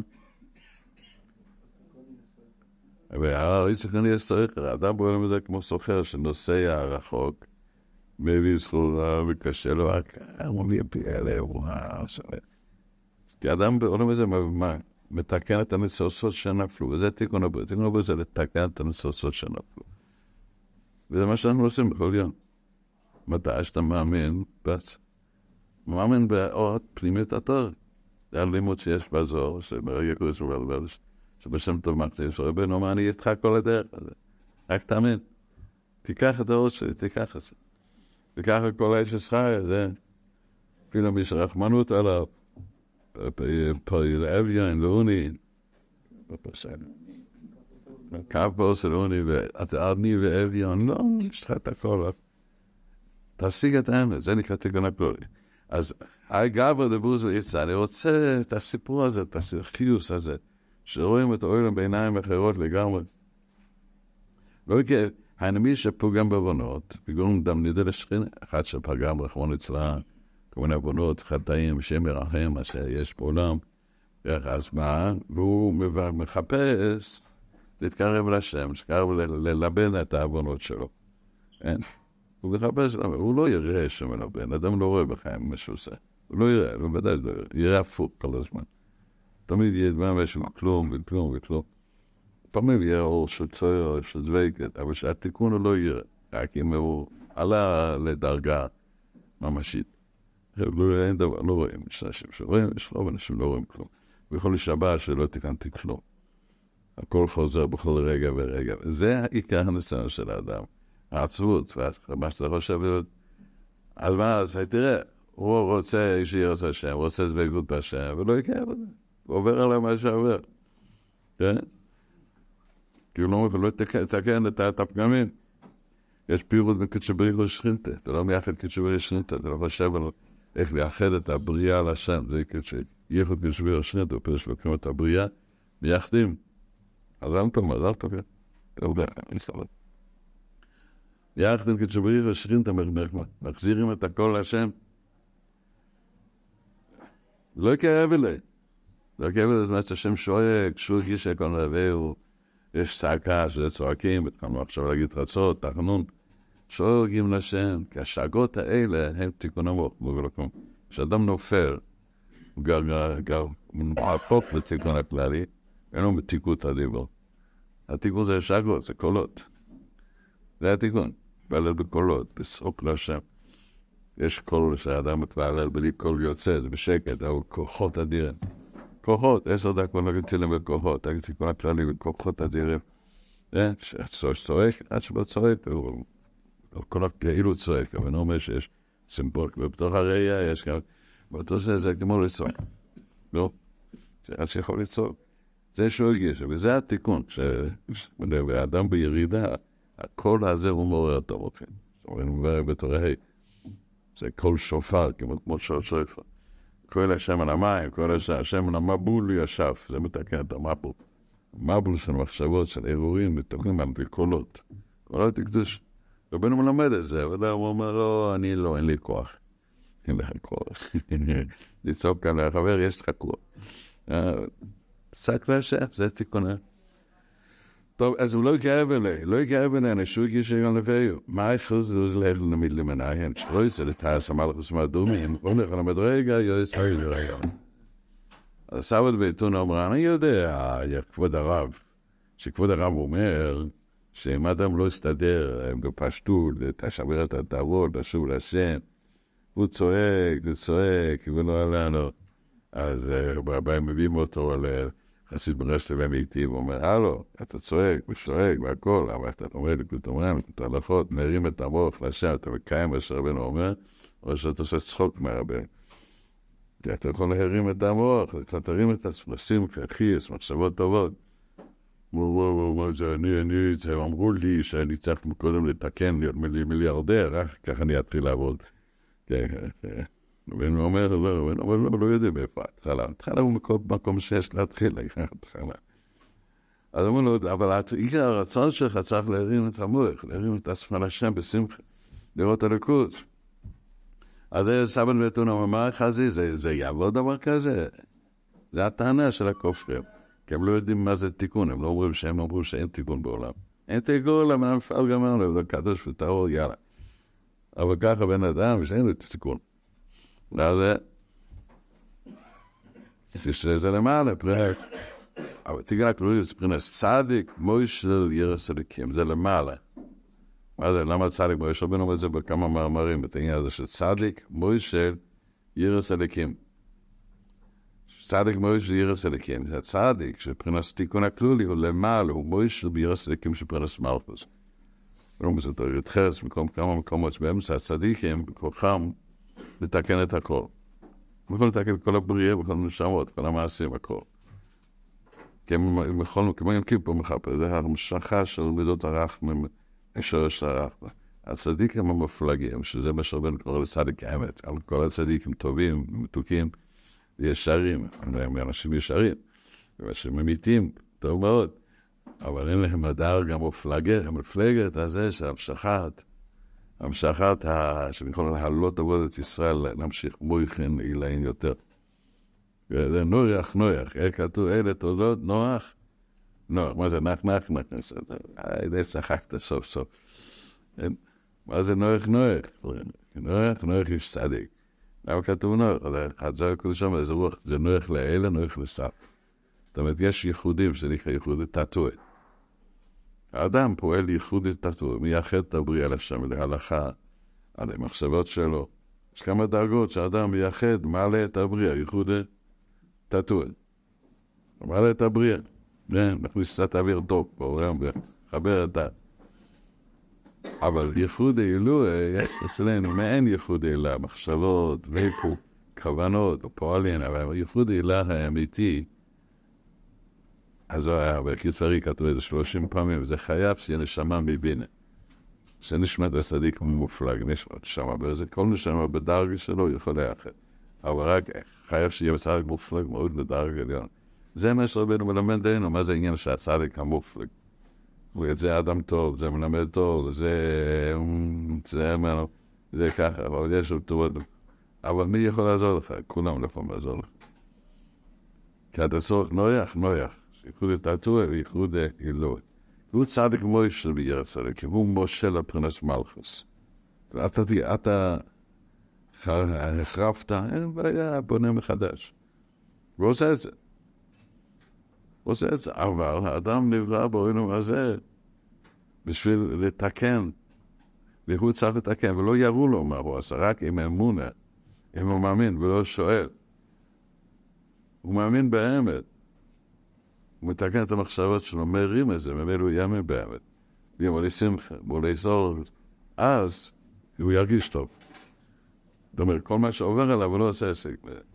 והרב יצחק אני אסתריך, האדם בועלם את זה כמו סוחר שנוסע רחוק, מביא סחורה וקשה לו, הוא מביא פי אלה, וואו, שווה. כי האדם בעולם הזה מתקן את הנסוסות שנפלו, וזה תיקון הבא, תיקון הבא זה לתקן את הנסוסות שנפלו. וזה מה שאנחנו עושים בכל יום. מתי שאתה מאמין, בס, מאמין באות פנימית התור. זה הלימוד שיש בזור, שברגע קורס ובלבלש, שבשם טוב מקדיש, רבנו, מה אני איתך כל הדרך הזה? רק תאמין. תיקח את האות שלי, תיקח את זה. תיקח את כל האש שחי, זה אפילו מי שרחמנות עליו, פעיל אביין, לאוני, קו פוס לאוני, ועדני ואביין, לא, יש לך את הכל. תשיג את האמת, זה נקרא תיקון הכלולי. אז הגבר דבור זה יצא, אני רוצה את הסיפור הזה, את החיוס הזה, שרואים את העולם בעיניים אחרות לגמרי. לא יקרה, האנמי שפוגם בבונות, בגלל דם נידה לשכין, אחד שפגם רחמון אצלה, כל מיני בונות, חטאים, שם מרחם, מה שיש בעולם, אז מה? והוא מחפש להתקרב לשם, שקרב ללבן את העוונות שלו. אין? הוא מחפש, הוא לא יראה שמלבן, אדם לא רואה בחיים מה שהוא עושה. הוא לא יראה, הוא בוודאי לא יראה, יראה הפוך כל הזמן. תמיד יהיה דבר משהו כלום וכלום וכלום. פעמים יהיה אור של צויר, של דבקת, אבל שהתיקון הוא לא יראה, רק אם הוא עלה לדרגה ממשית. אין דבר, לא רואים, יש אנשים שרואים, יש רוב אנשים לא רואים כלום. בכל שבת שלא תיקנתי כלום. הכל חוזר בכל רגע ורגע. זה העיקר הניסיון של האדם. העצבות, ומה שאתה חושב, אז מה, אז תראה, הוא רוצה שיהיה רוצה השם, הוא רוצה דבקות בהשם, ולא יקרה בזה. הוא עובר עליו מה שעובר. כן? כי הוא לא יכול לתקן את הפגמים. יש פירוט בקדשי בריחו שכינתה, אתה לא מייחד קדשי בריחו שכינתה, אתה לא חושב על איך לייחד את הבריאה על השם, זה קדשי ייחוד קדשי בריחו שכינתה, הוא פרש בקרים את הבריאה, מייחדים. אז אל תאמר, אל תאמר, אתה יודע, אני סתם. מייחדים קדשי בריחו שכינתה, מחזירים את הכל להשם. לא יקרב אליי. לא יקרב אליי, זאת אומרת שהשם שואק, שוק איש הכל רבהו, יש צעקה שזה צועקים, התחלנו עכשיו להגיד רצות, תחנון, שואגים לשם, כי השאגות האלה הם תיקון עמוק, בגללכם. כשאדם נופל, הוא גם מנפוק לתיקון הכללי, אין לו מתיקות הדיבור. התיקון זה שאגות, זה קולות. זה התיקון, בעלל בקולות, בסוק לשם. יש קול שהאדם מתפעלל בלי קול יוצא, זה בשקט, אבל כוחות אדירים. כוחות, עשר דקות נגיד תילם בכוחות, תגיד תיקון הכללי בכוחות אדירים. שצועק, עד שלא צועק, כל הכאילו צועק, אבל אני אומר שיש סימפול, ובתוך הראייה יש גם, באותו זה זה כמו לצועק. לא? עד שיכול לצועק. זה שהוא הרגיש, וזה התיקון, כשאדם בירידה, הקול הזה הוא מעורר את המוחים. זאת אומרת, הוא אומר בתור היי. זה קול שופר, כמו שופר. כל השם על המים, כל השם על המבול ישב, זה מתקן את המבול. המבול של מחשבות, של אירועים, מתקנים על בקולות. קולות הקדוש. רבנו מלמד את זה, אבל הוא אומר, לא, אני לא, אין לי כוח. אין לך כוח. לצעוק כאן לחבר, יש לך כוח. צעק להשם, זה תיקונה. טוב, אז הוא לא יקרב אליי, לא יקרב אליי, אני שוב הגיש היום לביו. מה יחוץ זה להיכל נמיד למנהיין? שלא יצא לתעש המלך הסמא דומים, בוא נלך למדרגה, יועץ הרי לרגע. אז סבד בעיתון אומר, אני יודע, כבוד הרב, שכבוד הרב אומר, שאם אדם לא יסתדר בפשטות, תשבר את התעבוד, לשוב לשם, הוא צועק, הוא צועק, ולא עלה לו. אז רבי מביאים אותו על חסיד ברסלב אמיתי, ואומר, הלו, אתה צועק וצועק והכל, אבל אתה לומד לקרות אומרים, את ההלכות, מרים את המוח לשם, אתה מקיים מה שרבנו אומר, או שאתה עושה צחוק מהרבן. אתה יכול להרים את המוח, אתה תרים את עצמך, לשים כחיס, מחשבות טובות. וואו, וואו, וואו, זה אני, אני, זה אמרו לי שאני צריך קודם לתקן, להיות מיליארדר, רק ככה אני אתחיל לעבוד. כן, כן. ואני אומר, לא, אני לא יודע מאיפה, התחלה, התחלה הוא מכל מקום שיש להתחיל, התחלה. אז אמרו לו, אבל עיקר הרצון שלך צריך להרים את המוח, להרים את עצמך לשם בשמחה, לראות הליכוד. אז זה סבא נבטון אמר, חזי, זה, זה יעבוד דבר כזה? זה הטענה של הכופרים. כי הם לא יודעים מה זה תיקון, הם לא אומרים שהם אמרו שאין תיקון בעולם. אין תיקון בעולם, הם פעל גמרנו, זה קדוש וטהור, יאללה. אבל ככה בן אדם, שאין לו תיקון. אז זה, זה למעלה, פרק. אבל תיגע כלולי, זה פרינס צדיק, מוישל ירס הליקים, זה למעלה. מה זה, למה צדיק מוישל? בנו אומר את זה בכמה מאמרים, את העניין הזה של צדיק, מוישל ירס הליקים. צדיק מוישל ירס הליקים. זה הצדיק, שפרינס תיקון הכלולי, הוא למעלה, הוא מוישל בירס הליקים שפרינס מלכוס. בנו זה תוריד חרס, מקום כמה מקומות שבאמצע הצדיקים, בכוחם, לתקן את הכל. הם יכולים לתקן את כל הבריאה, וכל הנשמות, כל המעשים, הכל. כי הם יכולים, כמו יום כיפור מחפר, זה המשכה של מידות הרחמים, השורש הרחמים. הצדיקים המפלגים, שזה מה שרבנו קורא לצדיק האמת, על כל הצדיקים טובים, מתוקים, ישרים, הם אנשים ישרים, אנשים אמיתיים, טוב מאוד, אבל אין להם הדרגה מפלגת, המפלגת הזה שהמשכת, המשכת שיכול להעלות עבודת ישראל, להמשיך מויכן אילאים יותר. זה נוח, נוח, איך כתוב, אלה תודות, נוח, נוח, מה זה נח, נח, נח, די שחקת סוף סוף. מה זה נוח, נוח? נוח, נוח יש צדיק. למה כתוב נוח? זה הקודש שם, זה רוח, זה נוח לאלה, נוח לסף. זאת אומרת, יש ייחודים שנקרא ייחודי תטוי. האדם פועל ייחודי תטוי, מייחד את הבריאה לשם, להלכה, על המחשבות שלו. יש כמה דרגות שהאדם מייחד, מעלה את הבריאה, ייחודי תטוי. מעלה את הבריאה. מכניס קצת אוויר טוב, בעולם, וחבר את ה... אבל ייחוד אלוהי, אצלנו, מעין ייחוד אלוהי, מחשבות, ואיכו, כוונות, או פועלים, אבל ייחוד אלוהי האמיתי, אז זה היה, בקיצורי כתוב איזה שלושים פעמים, וזה חייב שיהיה נשמה מבינה. שנשמת הצדיק מופלג, נשמת שמה, וזה כל נשמה בדרגה שלו יכול לאחד. אבל רק חייב שיהיה צדיק מופלג מאוד בדרגה עליון. זה מה שרבנו מלמד דיינו, מה זה העניין שהצדיק המופלג. וזה אדם טוב, זה מלמד טוב, זה... זה... זה ככה, אבל יש לו טובות. אבל מי יכול לעזור לך? כולם לא יכולים לעזור לך. כי אתה צורך נויח, נויח. ייחוד תטוי וייחוד אלוהי. הוא צדיק מוישל בירס הליקים, הוא מושל לפרנס מלכוס. ואתה אתה החרפת, אין בעיה, בונה מחדש. הוא עושה את זה. הוא עושה את זה, אבל האדם נברא בעולם הזה בשביל לתקן. והוא צריך לתקן, ולא יראו לו מה הוא עשה, רק עם אמונה, אם הוא מאמין ולא שואל. הוא מאמין באמת. הוא מתקן את המחשבות שלו, מרים את זה, ממילא יאמין באמת. ויאמר לי שמחה, בוא לאסור, אז הוא ירגיש טוב. זאת אומרת, כל מה שעובר עליו הוא לא עושה עסק.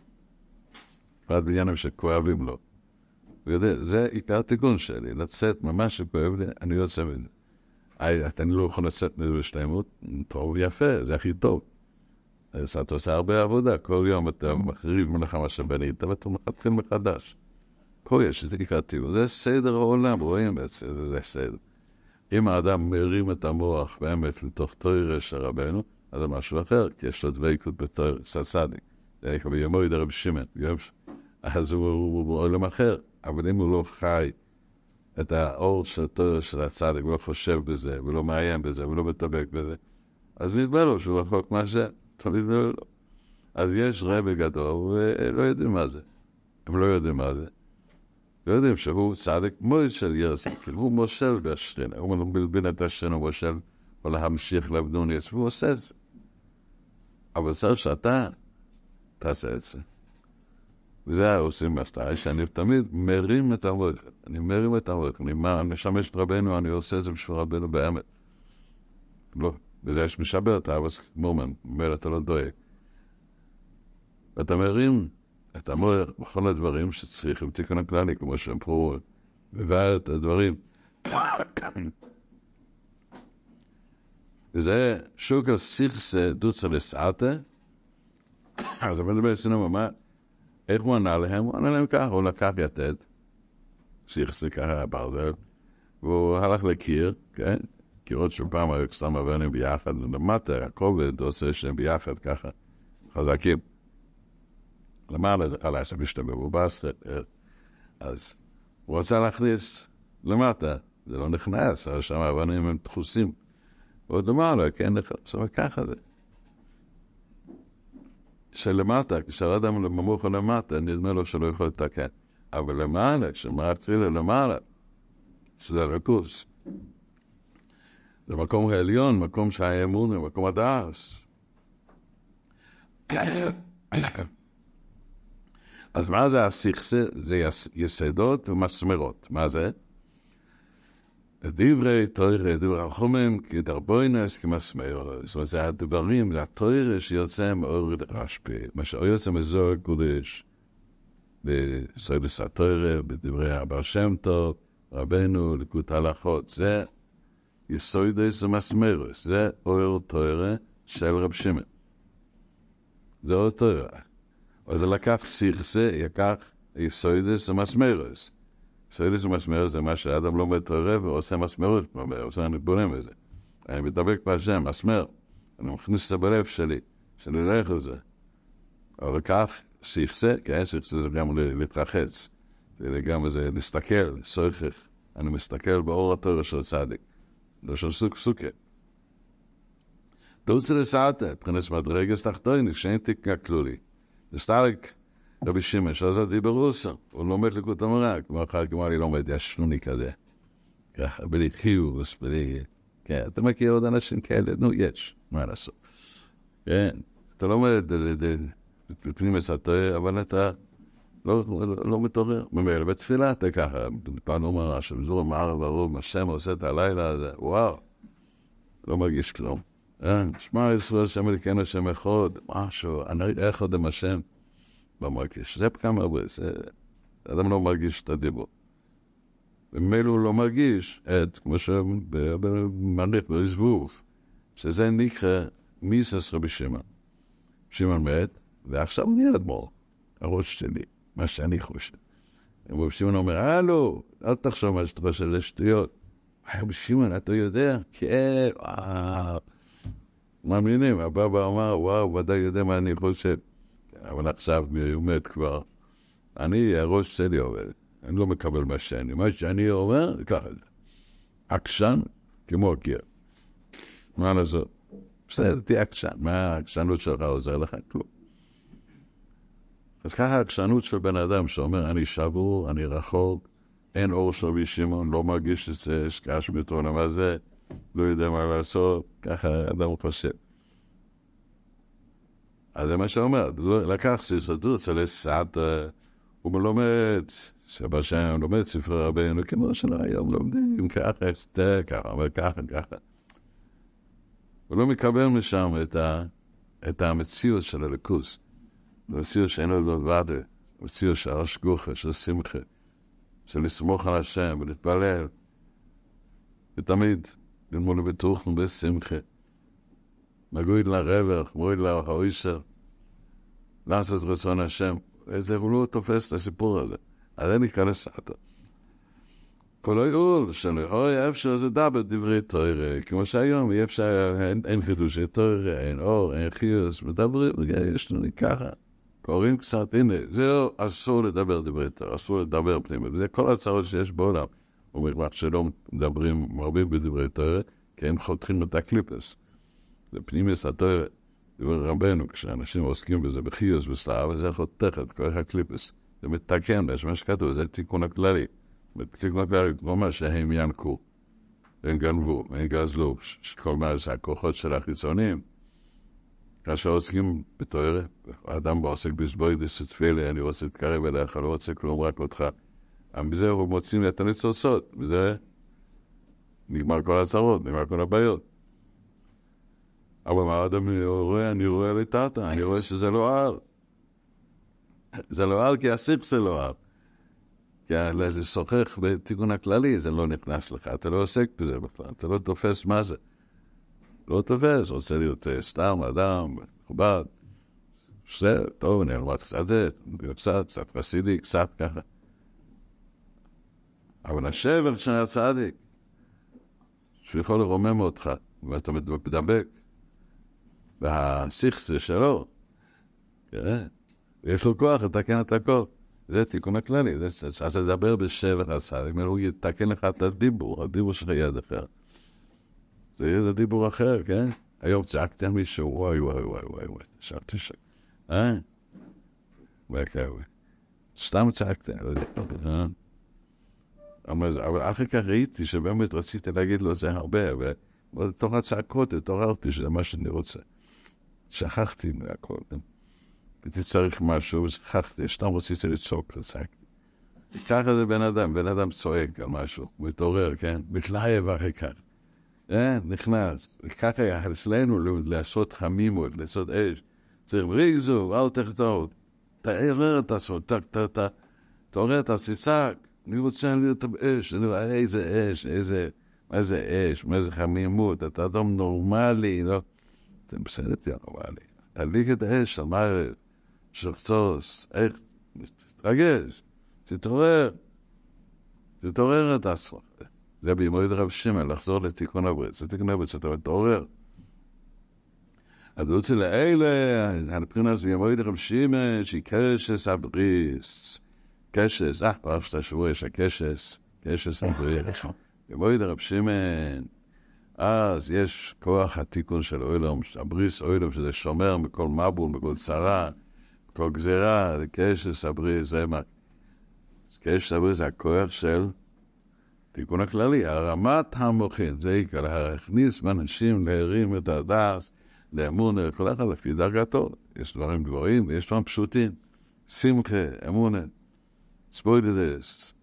פרט בעניינים שכואבים לו. הוא יודע, זה עיקר התיקון שלי, לצאת ממש שכואב לי, אני יוצא מזה. אני לא יכול לצאת מזה בשלמות, טוב ויפה, זה הכי טוב. אז אתה עושה הרבה עבודה, כל יום אתה מחריב מלאכה מה שבנית, ואתה מתחיל מחדש. פה יש, זה עיקר התיקון, זה סדר העולם, רואים את זה, זה סדר. אם האדם מרים את המוח באמת לתוך תורה של רבנו, אז זה משהו אחר, כי יש לו דבקות בתורה, סצדיק. זה נקרא ביומו ידי רב שמעון, אז הוא עולם אחר. אבל אם הוא לא חי את האור של התורה של הצדיק, ולא חושב בזה, ולא מאיים בזה, ולא מטבק בזה, אז נדמה לו שהוא רחוק מה ש... תמיד לא לו. אז יש רבי גדול, ולא יודעים מה זה. הם לא יודעים מה זה. לא יודעים שהוא צדיק מושל ירס הליקים, הוא מושל בשכינה, הוא מלבין את השכינה, הוא מושל, או להמשיך לבדוניס, והוא עושה את זה. אבל צריך שאתה תעשה את זה. וזה עושים מה שאתה, שאני תמיד מרים את המלך, אני מרים את המלך, אני משמש את רבנו, אני עושה את זה בשביל רבנו באמת. לא, וזה יש משבר, אתה אבס מומן, אומר, אתה לא דואג. ואתה מרים את המלך בכל הדברים שצריכים תיקון הכללי, כמו שהם פה, מבאר את הדברים. וזה שוקר סיכס דוצה לסעתה, אז אבל דבר אצלנו, מה? איך הוא ענה להם? הוא ענה להם ככה, הוא לקח יתד, שיחסה ככה ברזל, והוא הלך לקיר, כן? קירות שהוא פעם היו סתם אבנים ביחד, זה למטה, הכובד עושה שהם ביחד ככה, חזקים. למעלה זה חלש, המשתבב, הוא בס, אז הוא רוצה להכניס למטה, זה לא נכנס, אבל שם האבנים הם דחוסים. ועוד למעלה, כן, נכנס, אבל ככה זה. שלמטה, כשהאדם ממוך למטה, נדמה לו שלא יכול לתקן. אבל למעלה, כשמעצרי למעלה, שזה רכוס. זה מקום העליון, מקום שהאמון, זה מקום הדעס. אז מה זה הסיכסה? זה יסדות ומסמרות. מה זה? דברי תוירה, דברי החומם, כדרבוינס, כמסמרות. זאת אומרת, זה הדברים, זה התוירה שיוצא מאור רשפי. מה שיוצא מזוהר קודש, בסודס התוירה, בדברי הבר שם טוב, רבנו, לקות הלכות. זה יסודס ומסמרות. זה אור תוירה של רב שמעון. זה אור תוירה. אז זה לקח סיכסה, יקח יסודס ומסמרות. יסודס ומסמרות זה מה שאדם לומד תורה ועושה מסמרות, עושה אני בולם בזה. אני מדבק בהשם, מסמר. אני מכניס את זה בלב שלי, שאני אלך לזה. אבל כך סיכסה, כן, סיכסה זה גם להתרחץ. זה גם איזה להסתכל, סוכך. אני מסתכל באור התורה של הצדיק. לא של סוג סוקה. תוצא לסעתה, מבחינת מדרגת תחתוני, שאין תקלקלו לי. זה סטלק רבי שמעון, שעזר דיבר רוסו, הוא לומד לקות המורה, כמו אחד כמו אני לומד, יש שלוני כזה. ככה, בלי חיוס, בלי... כן, אתה מכיר עוד אנשים כאלה? נו, יש, מה לעשות? כן, אתה לומד בפנים מסתוי, אבל אתה לא, לא, לא מתעורר. ממילא בתפילה אתה ככה, פעם אומר, שמזור מערב הרוב, השם עושה את הלילה הזה, וואו, לא מרגיש כלום. שמע ישראל שם אלוקינו השם אחד, משהו, אני איך עוד עם השם, לא מרגיש. זה פגם הרבה, אדם לא מרגיש את הדיבור. ומילא הוא לא מרגיש את, כמו שמניח בזבוב, שזה נקרא מיסס רבי שמעון. שמעון מת, ועכשיו הוא נהיה אדמו"ר, הראש שלי, מה שאני חושב. רבי שמעון אומר, הלו, אל תחשוב מה שאתה חושב, זה שטויות. רבי שמעון, אתה יודע? כן, וואו. מאמינים, הבבא אמר, וואו, ודאי יודע מה אני חושב. אבל עכשיו הוא מת כבר. אני, הראש שלי עובד. אני לא מקבל מה שאני. מה שאני אומר, ככה זה. עקשן, כמו הקיר. מה לעשות? בסדר, תהיה עקשן. מה העקשנות שלך עוזר לך? כלום. אז ככה העקשנות של בן אדם שאומר, אני שבור, אני רחוק, אין אור של רבי שמעון, לא מרגיש את זה, שקש מתרונה, מה זה? לא יודע מה לעשות, ככה אדם חושב. אז זה מה שאומר, לקח סיסדות של הסעת, הוא מלומד, שבשם לומד ספרי רבינו, כמו שלא היום לומדים, ככה, אסתה, ככה, אומר ככה, ככה. הוא לא מקבל משם את, ה, את המציאות של הליכוס, המציאות שאין לו לבד, המציאות של השגוחה, של שמחה, של לסמוך על השם ולהתפלל, ותמיד ללמוד לבטוחנו בשמחה, מגויד לרווח, מגויד לאויסר, לעשות רצון השם, איזה הוא לא תופס את הסיפור הזה, אז אין נקרא לסעתו. כל העול שלו, אוי, אפשר זה דבר דברי תורה, כמו שהיום, אי אפשר, אין, אין חידושי תורה, אין אור, אין חיוס, מדברים, יש לנו ככה, קוראים קצת, הנה, זהו, אסור לדבר דברי תורה, אסור לדבר פנימה, וזה כל הצעות שיש בעולם. הוא אומר שלא מדברים מרבים בדברי תורה, כי הם חותכים את הקליפס. זה פנימס התורה, דבר רבנו, כשאנשים עוסקים בזה בחיוס וסלאב, וזה חותך את כל הקליפס. זה מתקן, יש מה שכתוב, זה תיקון הכללי. בתיקון הכללי, כלומר שהם ינקו, הם גנבו, הם גזלו, כל מה שהכוחות של החיצונים, כאשר עוסקים בתורה, האדם עוסק בסבוידס, תפילה, אני רוצה להתקרב אליך, לא רוצה כלום רק אותך. מזה הוא מוצאים את הניצוצות, מזה נגמר כל הצרות, נגמר כל הבעיות. אבל מה האדם רואה? אני רואה לטאטה, אני רואה שזה לא הר. זה לא הר כי הסיפס זה לא הר. כי זה שוחך בתיקון הכללי, זה לא נכנס לך, אתה לא עוסק בזה בכלל, אתה לא תופס מה זה. לא תופס, רוצה להיות סתם, אדם, מכובד. זה, טוב, אני אלמד קצת זה, קצת, קצת חסידי, קצת ככה. אבל השבר של הצדיק, שהוא יכול לרומם אותך, ואתה מדבק, והסיכסה שלו, כן? יש לו כוח לתקן את הכל. זה תיקון הכללי. אז לדבר בשבר הצדיק, הוא יתקן לך את הדיבור, הדיבור שלך יד אחר. זה יהיה דיבור אחר, כן? היום צעקתי על מישהו, וואי, וואי, וואי, וואי, וואי, תשארתי שם. אה? וואי, וואי. סתם צעקתי, אה? אבל אחר כך ראיתי שבאמת רציתי להגיד לו זה הרבה, ובתוך הצעקות התעוררתי שזה מה שאני רוצה. שכחתי מהכל. הייתי צריך משהו, ושכחתי, סתם רציתי לצעוק, צעקתי. ככה זה בן אדם, בן אדם צועק על משהו, הוא מתעורר, כן? מתלהב אחר כך. אה, נכנס. וככה אצלנו לעשות חמימות, לעשות אש. צריך ריזו, אל תחתור. תערר את הסוד, תעורר את הסיסק. אני רוצה להיות באש, איזה אש, איזה, מה זה אש, מה זה חמימות, אתה אדם נורמלי, לא? זה בסדר, תהיה נורמלי. תליק את האש, אמר, שחצוס, איך, תתרגש, תתעורר, תתעורר את עצמך. זה בימוי דרב שמעון, לחזור לתיקון הברית, זה תיקון הברית, שאתה מתעורר. הדעות של האלה, הנבחינס בימוי דרב שמעון, שהיא קשס הבריס, קשס, אה, פרשת השבוע יש הקשס, קשס הבריס. בימוי דרב שמעון, אז יש כוח התיקון של אוילום, הבריס אוילום, שזה שומר מכל מבול, מכל צרה, מכל גזירה, קשס הבריס, זה מה. קשס הבריס זה הכוח של תיקון הכללי, הרמת המוחין, זה עיקר, להכניס מאנשים להרים את הדס, לאמון, כל אחד לפי דרגתו. יש דברים גבוהים ויש דברים פשוטים. שמחה, אמונה, ספוידדס,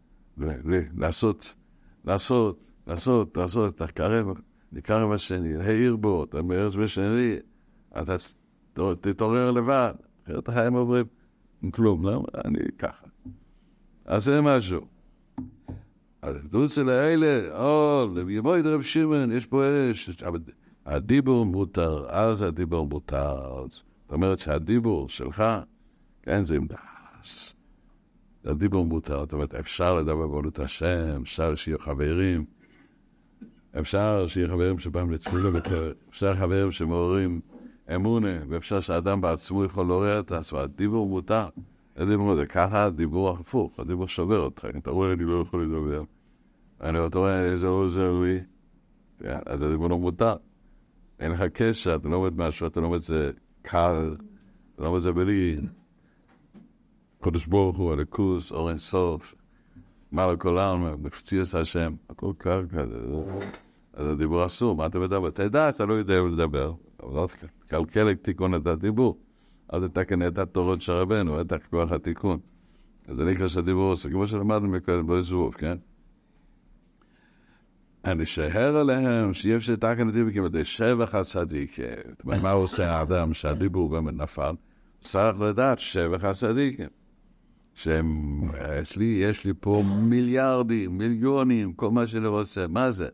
לעשות, לעשות, לעשות, לעשות, לקרב, לקרב השני, להעיר בו, אתה מארץ בשני, אתה תתעורר לבד, אחרת החיים עוברים עם כלום, למה? אני ככה. אז זה משהו. אז הדעות של האלה, או, בימוי דרב שמעון, יש פה אש, הדיבור מותר, אז הדיבור מותר. זאת אומרת שהדיבור שלך, כן, זה עם דס. הדיבור מותר, זאת אומרת, אפשר לדבר בעלות השם, אפשר שיהיו חברים, אפשר שיהיו חברים שבאים לתפולה בקרב, אפשר חברים שמעוררים אמונה, ואפשר שאדם בעצמו יכול לעורר את עצמו, הדיבור מותר. הדיבור זה ככה, הדיבור הפוך, הדיבור שובר אותך, אתה רואה, אני לא יכול לדבר. אני רואה, זה לא עוזר לי, אז הדיבור לא מותר. אין לך קשר, אתה לא עומד משהו, אתה לא עומד זה קל, אתה לא עומד זה בלי. קודש ברוך הוא, הליכוס, אור אין סוף, מעל כל העולם, מפציע את השם, הכל קר כזה. אז הדיבור אסור, מה אתה מדבר? תדע, אתה לא יודע לדבר, אבל לא תקלקל את תיקון את הדיבור. אל תתקן את התורות של רבנו, את כוח התיקון. אז זה נקרא שהדיבור עושה, כמו שלמדנו מקודם בזרוף, כן? אני שהר עליהם, שיהיה שתקן את הדיבור כמדי שבח הצדיק. מה עושה האדם שהדיבור באמת נפל? צריך לדעת שבח הצדיקים. שאצלי, יש לי פה מיליארדים, מיליונים, כל מה שאני רוצה. מה זה?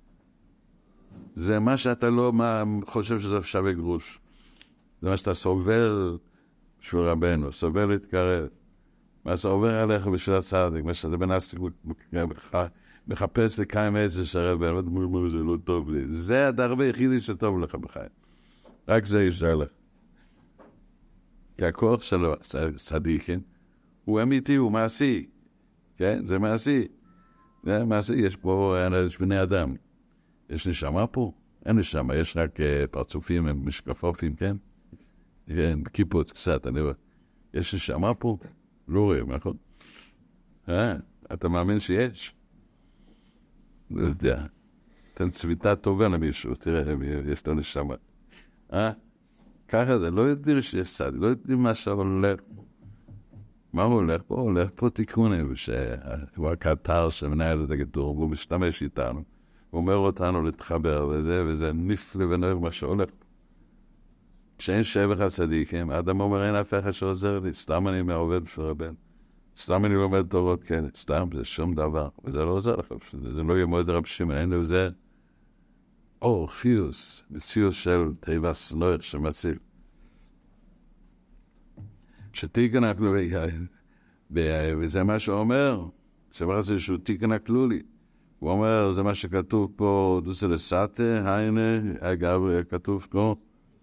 זה מה שאתה לא חושב שזה שווה גרוש. זה מה שאתה סובל בשביל רבנו, סובל להתקרב. מה שעובר עליך בשביל הצדיק, מה שאתה בנסתי מחפש לקיים איזה שרבנו, זה לא טוב לי. זה הדרבה היחידי שטוב לך בחיים. רק זה ישאר לך. כי הכוח שלו, צדיקים, הוא אמיתי, הוא מעשי. כן? זה מעשי. זה מעשי, יש פה, יש בני אדם. יש נשמה פה? אין נשמה, יש רק פרצופים עם משקפופים, כן? כן, כיפות קצת, אני רואה. יש נשמה פה? לא רואה, נכון? אה, אתה מאמין שיש? לא יודע. תן צביטה טובה למישהו, תראה, יש לו נשמה. אה? ככה זה, לא יודעים שיש צד, לא יודעים מה שם הולך. מה הוא הולך פה? הולך פה תיקונים, שהוא הקטר שמנהל את הגדור, והוא משתמש איתנו. הוא אומר אותנו להתחבר וזה, וזה נפלא ונראה מה שהולך. כשאין שבח הצדיקים, האדם אומר, אין אף אחד שעוזר לי, סתם אני מעובד בשביל רבן. סתם אני לומד תורות כאלה, סתם, זה שום דבר. וזה לא עוזר לך, זה לא יהיה מועד רב שמעון, אין לו זה אור, חיוס, מציאות של תיבה סנויך שמציל. כשתיקן אנחנו, וזה מה שהוא אומר, שאומר זה איזשהו תיקון הכלולי. הוא אומר, זה מה שכתוב פה, דוסה לסאטה, היינה, אגב, כתוב פה,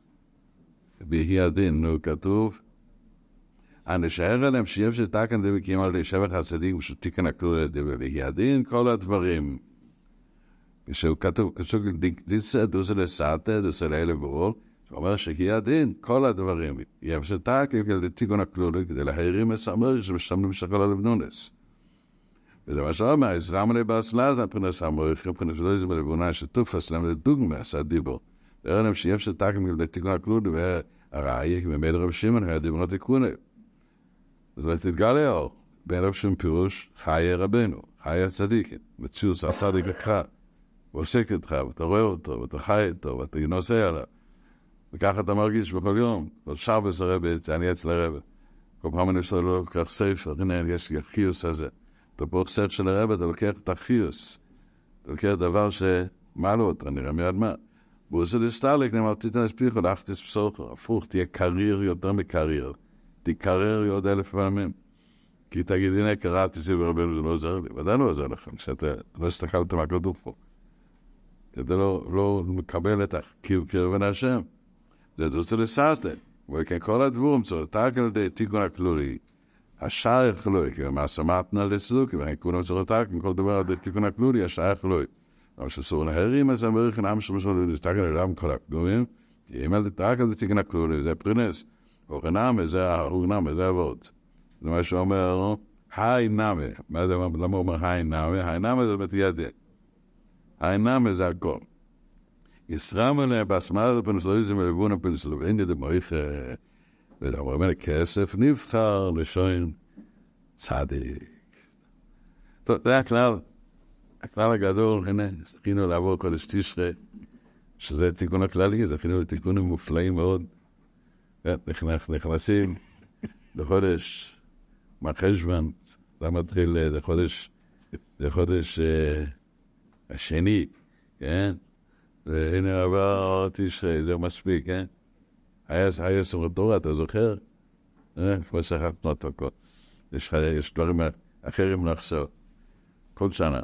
בהי הדין, נו, כתוב, הנשאר עליהם שייב שתקן דבקים על שבח הצדיק, ושתיקן הכלולי בהי הדין, כל הדברים. כשהוא כתוב, כשהוא דיסה, דוסה לסאטה, דוסה לאלה ברור, הוא אומר שהיא הדין, כל הדברים. יב שתקן כדי תיקון הכלולי, כדי להירים מסמר, שמשתמנים שכל הלבנונס. וזה מה שאומר, הזרם עלי באסלה, זה הפרנס המוריך, הפרנס לא איזה מלבונה שתופס להם לדוגמה, עשה דיבור. ואין להם שיהיה שתקם כדי תיקון הכלולי, והראי, במד רב שמעון, היה דיברו תיקוני. אז לא תתגלה אור, בין רב שמעון פירוש, חיי רבנו, חיי הצדיקים, מציאוס הצדיק לך, הוא עוסק איתך, ואתה רואה אותו, ואתה חי איתו, ואתה נוסע עליו. וככה אתה מרגיש בכל יום, כל שעה בסרבה, אני אצל הרבה. כל פעם אני עושה לו כך ספר, הנה יש לי החיוס הזה. אתה פה סרט של הרבה, אתה לוקח את החיוס. אתה לוקח דבר שמעלו אותו, נראה מיד מה. והוא עושה לסטרליק, נאמר, תיתן לספיחו, להכתיס בסוכר, הפוך, תהיה קריר יותר מקריר. תקרר עוד אלף פעמים. כי תגיד, הנה, קראתי זה ברבנו, זה לא עוזר לי. ודאי לא עוזר לכם, שאתה לא הסתכלת מה כתוב פה. אתה לא, לא מקבל את הקרבן השם. זה עושה לסטרליק. וכן כל הדבורים צריך לתקן על די תיקון הכלולי. השער חלוי, כי מה שמעתנה לסדוק, וכן כולם צריך לתקן, כל דבר על די תיקון הכלולי, השער חלוי. אבל שסור להרים, אז אמריכן עם שמשול לתקן על אדם כל הכלולים, אם על תקן על די תיקון הכלולי, זה פרינס. אורנמה, זה האורנמה, זה עבוד. זה מה שאומר, היי נמה. מה זה אומר? למה הוא אומר היי נמה? היי נמה זה באמת ידע. היי נמה זה הכל. ישרם עליה בהסמאר פנסלויזם ולבון הפנסלובניה דמויך ודאמר ממנה כסף נבחר לשוין צדיק. טוב, זה הכלל, הכלל הגדול, הנה, זכינו לעבור קודש תשרה, שזה תיקון הכללי, זכינו לתיקונים מופלאים מאוד. נכנסים לחודש מחשבן, זה מתחיל, זה חודש, זה חודש השני, כן? והנה עבר תשרי, זה מספיק, כן? היה סורת תורה, אתה זוכר? כמו שכחנו אותו כל. יש דברים אחרים לחשוב. כל שנה.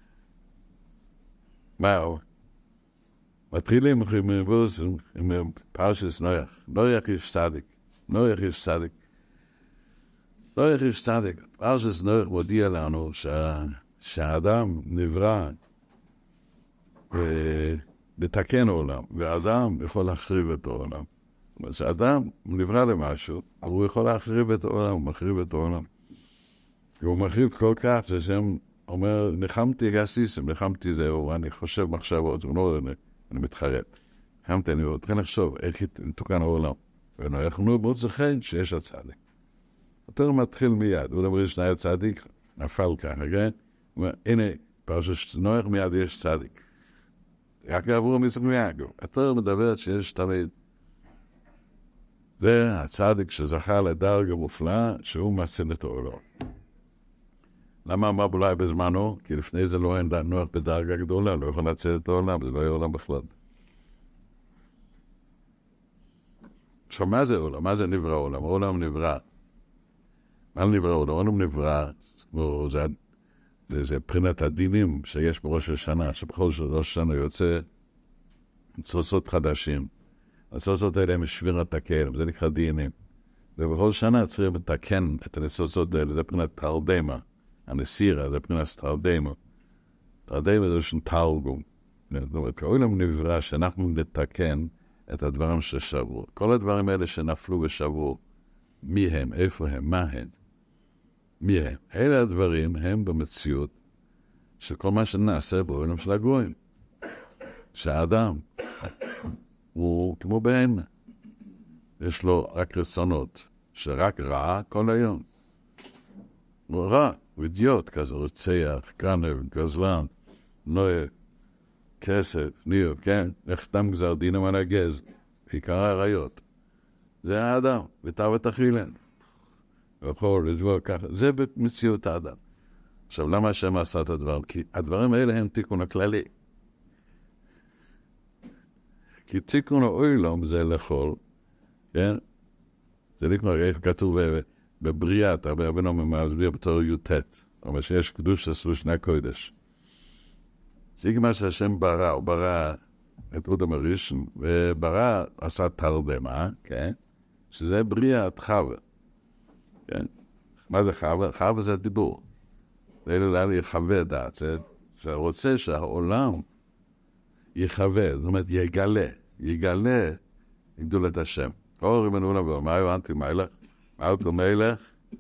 מה? מתחילים עם פרשס נויח. נויח יש צדיק. נויח יש צדיק. נויח יש צדיק. פרשס נויח מודיע לנו שהאדם נברא לתקן העולם, והאדם יכול להחריב את העולם. זאת אומרת, שהאדם נברא למשהו, אבל הוא יכול להחריב את העולם, הוא מחריב את העולם. והוא מחריב כל כך, ששם אומר, נחמתי גסיסם, נחמתי זהו, אני חושב מחשבות, לא, אני, אני מתחרט. נחמתי, אני רוצה לחשוב, איך יתוקן העולם. ואנחנו מאוד זוכרים שיש הצדיק. יותר מתחיל מיד, הוא אומר, שני הצדיק, נפל ככה, כן? הוא אומר, הנה, פרשת נוח מיד יש צדיק. רק עבור מסך מיאגו. יותר מדברת שיש תמיד. זה הצדיק שזכה לדרגה מופלאה, שהוא מציל את העולם. למה אמר אולי בזמנו? כי לפני זה לא אין נוח בדרגה גדולה, לא יכול להציל את העולם, זה לא יהיה עולם בכלל. עכשיו, מה זה עולם? מה זה נברא עולם? העולם נברא. מה נברא עולם? העולם נברא, זה, זה, זה פרינת הדינים שיש בראש השנה, שבכל ראש השנה יוצא צוסות חדשים. הצוסות האלה הם שבירת הכלם, זה נקרא דינים. ובכל שנה צריכים לתקן את הנסוסות האלה, זה פרינת תרדמה. הנסירה, זה פרינת תרדמה. תרדמה זה שם תרגום. זאת אומרת, העולם נברא שאנחנו נתקן את הדברים ששברו. כל הדברים האלה שנפלו ושברו, מי הם, איפה הם, מה הם, מי הם. אלה הדברים הם במציאות של כל מה שנעשה בעולם של הגויים. שהאדם הוא כמו בהמה. יש לו רק רצונות, שרק רע כל היום. הוא רע, הוא אידיוט כזה, רוצח, גנב, גזלן, נועה, כסף, ניו, כן? נחתם גזר דינם על הגז, עיקר הרעיות. זה האדם, ותאו ותחילן. וכל, לדבור ככה. זה במציאות האדם. עכשיו, למה השם עשה את הדברים? כי הדברים האלה הם תיקון הכללי. כי תיקון העולם זה לכל, כן? זה נקרא, איך כתוב בבריאת, הרבה רבנו מסביר בתור יוטט. אבל שיש קדוש עשו שני קודש. זה מה שהשם ברא, הוא ברא את אודם הראשון, וברא עשה תרדמה, כן? שזה בריאת חווה, כן? מה זה חווה? חווה זה הדיבור. זה אלה יחווה דעת, זה שרוצה שהעולם יחווה, זאת אומרת יגלה, יגלה גדולת השם. כל ריבונו עולם, מה הבנתי מלך? מה אותו מלך?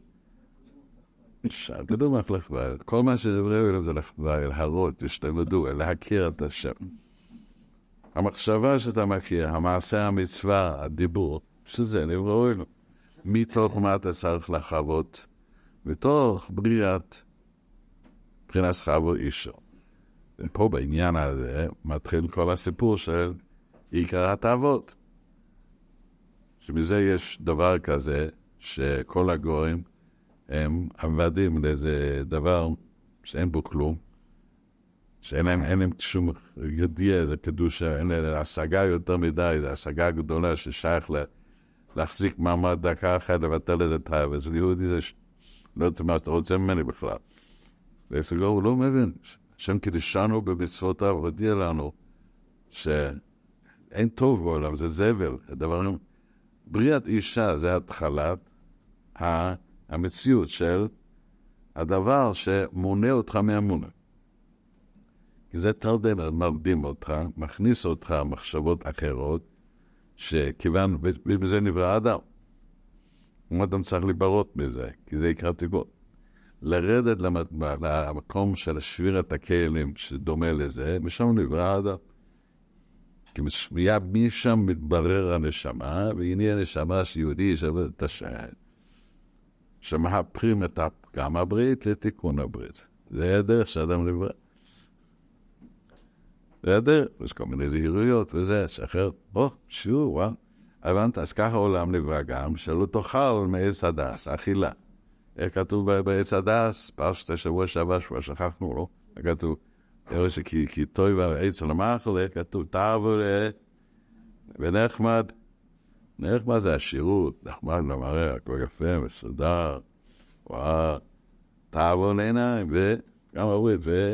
תדעו מה לחווה, כל מה שדברי אליו זה לחווה, להראות, תשתלמדו, להכיר את השם. המחשבה שאתה מכיר, המעשה, המצווה, הדיבור, שזה נבראו אלו. מתוך מה אתה צריך לחוות? מתוך בריאת מבחינת חוו אישו. ופה בעניין הזה מתחיל כל הסיפור של עיקר התאוות. שמזה יש דבר כזה שכל הגויים הם עבדים לאיזה דבר שאין בו כלום, שאין להם, אין להם שום ידיעה, זה קדושה, אין להם השגה יותר מדי, זה השגה גדולה ששייך לה, להחזיק מעמד דקה אחת, לבטל איזה תאווה, אז ליהודי זה ש... לא יודעת מה אתה רוצה ממני בכלל. והסגור הוא לא מבין, השם קידשנו במצוותיו, הודיע לנו שאין טוב בעולם, זה זבל, הדברים. בריאת אישה זה התחלת המציאות של הדבר שמונה אותך מהמונה. כי זה תרדמה, מרדים אותך, מכניס אותך מחשבות אחרות, שכיוון, ובזה נברא אדם. אדם צריך להיברות מזה, כי זה יקרא תיבות. לרדת למקום של שבירת הכלים שדומה לזה, משם נברא אדם. כי משם מתברר הנשמה, והנה הנשמה שיהודי שווה את השם. שמהפכים את הפגם הברית לתיקון הברית. זה הדרך שאדם נברא. זה הדרך, יש כל מיני זהירויות וזה, שאחר, או, שוב, וואו. הבנת, אז ככה העולם נברא גם, שלא תאכל מעץ הדס, אכילה. איך כתוב בעץ הדס, פרשת השבוע שעבר, שכבר שכחנו, לא? כתוב, כי, כי טוי והעץ על המאכל, איך כתוב, תעבור, ונחמד. נחמד זה השירות, נחמד למראה, הכל יפה, מסודר, וואו, תעבור לעיניים, וגם הוריד, ו...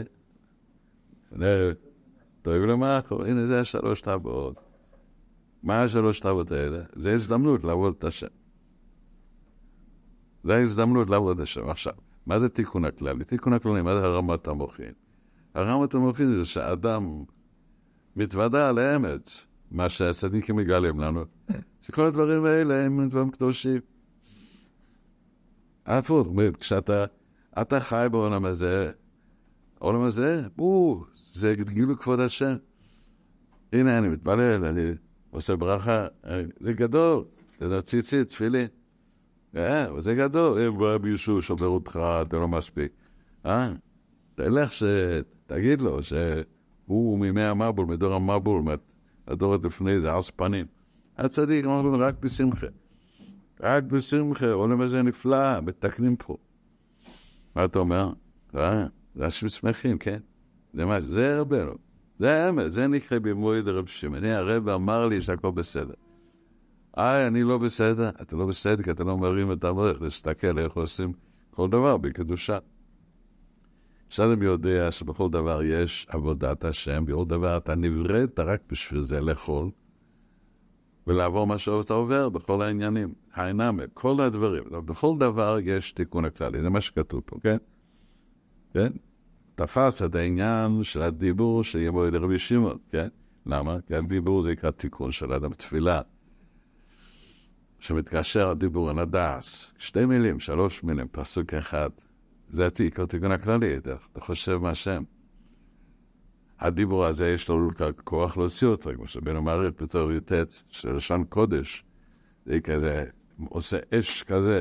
טוב למאכל, הנה זה השלוש תאוות. מה השלוש תאוות האלה? זה הזדמנות לעבוד את השם. זה ההזדמנות לעבוד את השם. עכשיו, מה זה תיקון הכללי? תיקון הכללי, מה זה הרמת המוחין? הרמת המוחין זה שאדם מתוודע על האמת, מה שהצדיקים מגלים לנו, שכל הדברים האלה הם דברים קדושים. הפוך, כשאתה אתה חי בעולם הזה, העולם הזה, או, זה גילוי כבוד השם. הנה, אני מתפלל, אני עושה ברכה, זה גדול, זה ציצית, תפילין. אה, זה גדול, אם בא מישהו שובר אותך, אתה לא מספיק. אה? תלך שתגיד לו שהוא מימי המבול, מדור המבול, הדור לפני זה עש פנים. הצדיק אמרנו רק בשמחה. רק בשמחה, עולם הזה נפלא, מתקנים פה. מה אתה אומר? אה? זה אנשים שמחים, כן? זה מה, זה רבנו. זה האמת, זה נקרא במועד הרב שמעון. הרב אמר לי שהכל בסדר. איי, אני לא בסדר. אתה לא בסדר, כי אתה לא מרים את המוח, להסתכל איך עושים כל דבר בקדושה. שאדם יודע שבכל דבר יש עבודת השם, בעוד דבר אתה נבראת רק בשביל זה לאכול, ולעבור מה שאתה עובר בכל העניינים, העיניים, כל הדברים. בכל דבר יש תיקון הכללי, זה מה שכתוב פה, כן? כן? תפס את העניין של הדיבור שיבוא אל רבי שמעון, כן? למה? כי הדיבור זה יקרא תיקון של אדם, תפילה, שמתקשר הדיבור על הדס, שתי מילים, שלוש מילים, פסוק אחד, זה יקרא תיקון הכללי, אתה חושב מה השם. הדיבור הזה יש לו כוח להוציא אותו, כמו שבין המעריך בתור יתת של לשון קודש, זה כזה, עושה אש כזה,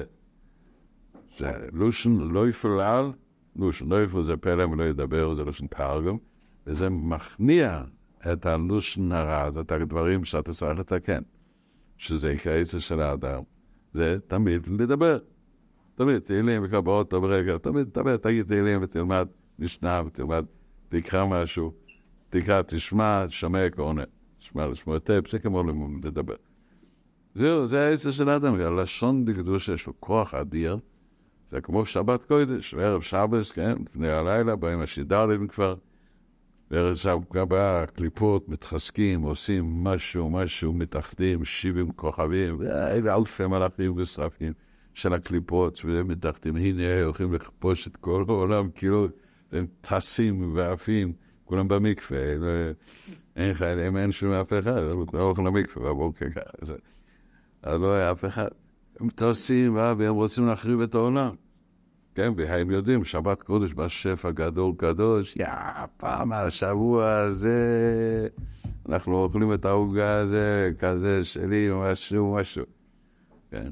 שלושן לא יפלל, לושן לא יפלל זה פלם ולא ידבר, זה לושן תרגום, וזה מכניע את הלושן הרע, את הדברים שאתה צריך לתקן, שזה יקרא עצה של האדם, זה תמיד לדבר. תמיד, תהילים וקבעות, ברגע, תמיד, תמיד, תגיד תהילים ותלמד משנה ותלמד, תקרא משהו, תקרא, תשמע, תשמע כעונה, תשמע, לשמוע את זה כמו לדבר. זהו, זה העצה של האדם, הלשון בקדושה יש לו כוח אדיר, זה כמו שבת קודש, וערב שבס, כן, לפני הלילה, באים השידרים כבר, וערב שבס בא, הקליפות מתחזקים, עושים משהו, משהו, מתחתים, שבעים כוכבים, ואלה אלפי מלאכים ושרפים של הקליפות, והם מתחתים, הנה, הולכים לכפוש את כל העולם, כאילו, הם טסים ועפים, כולם במקווה, אין חיילים, אין שום אף אחד, לא הולכים למקווה בבוקר ככה, אז לא היה אף אחד. הם טסים, והם רוצים להחריב את העולם. כן, והם יודעים, שבת קודש בשפע גדול קדוש, יא, פעם השבוע הזה, אנחנו אוכלים את העוגה הזה, כזה שלי, משהו, משהו. כן.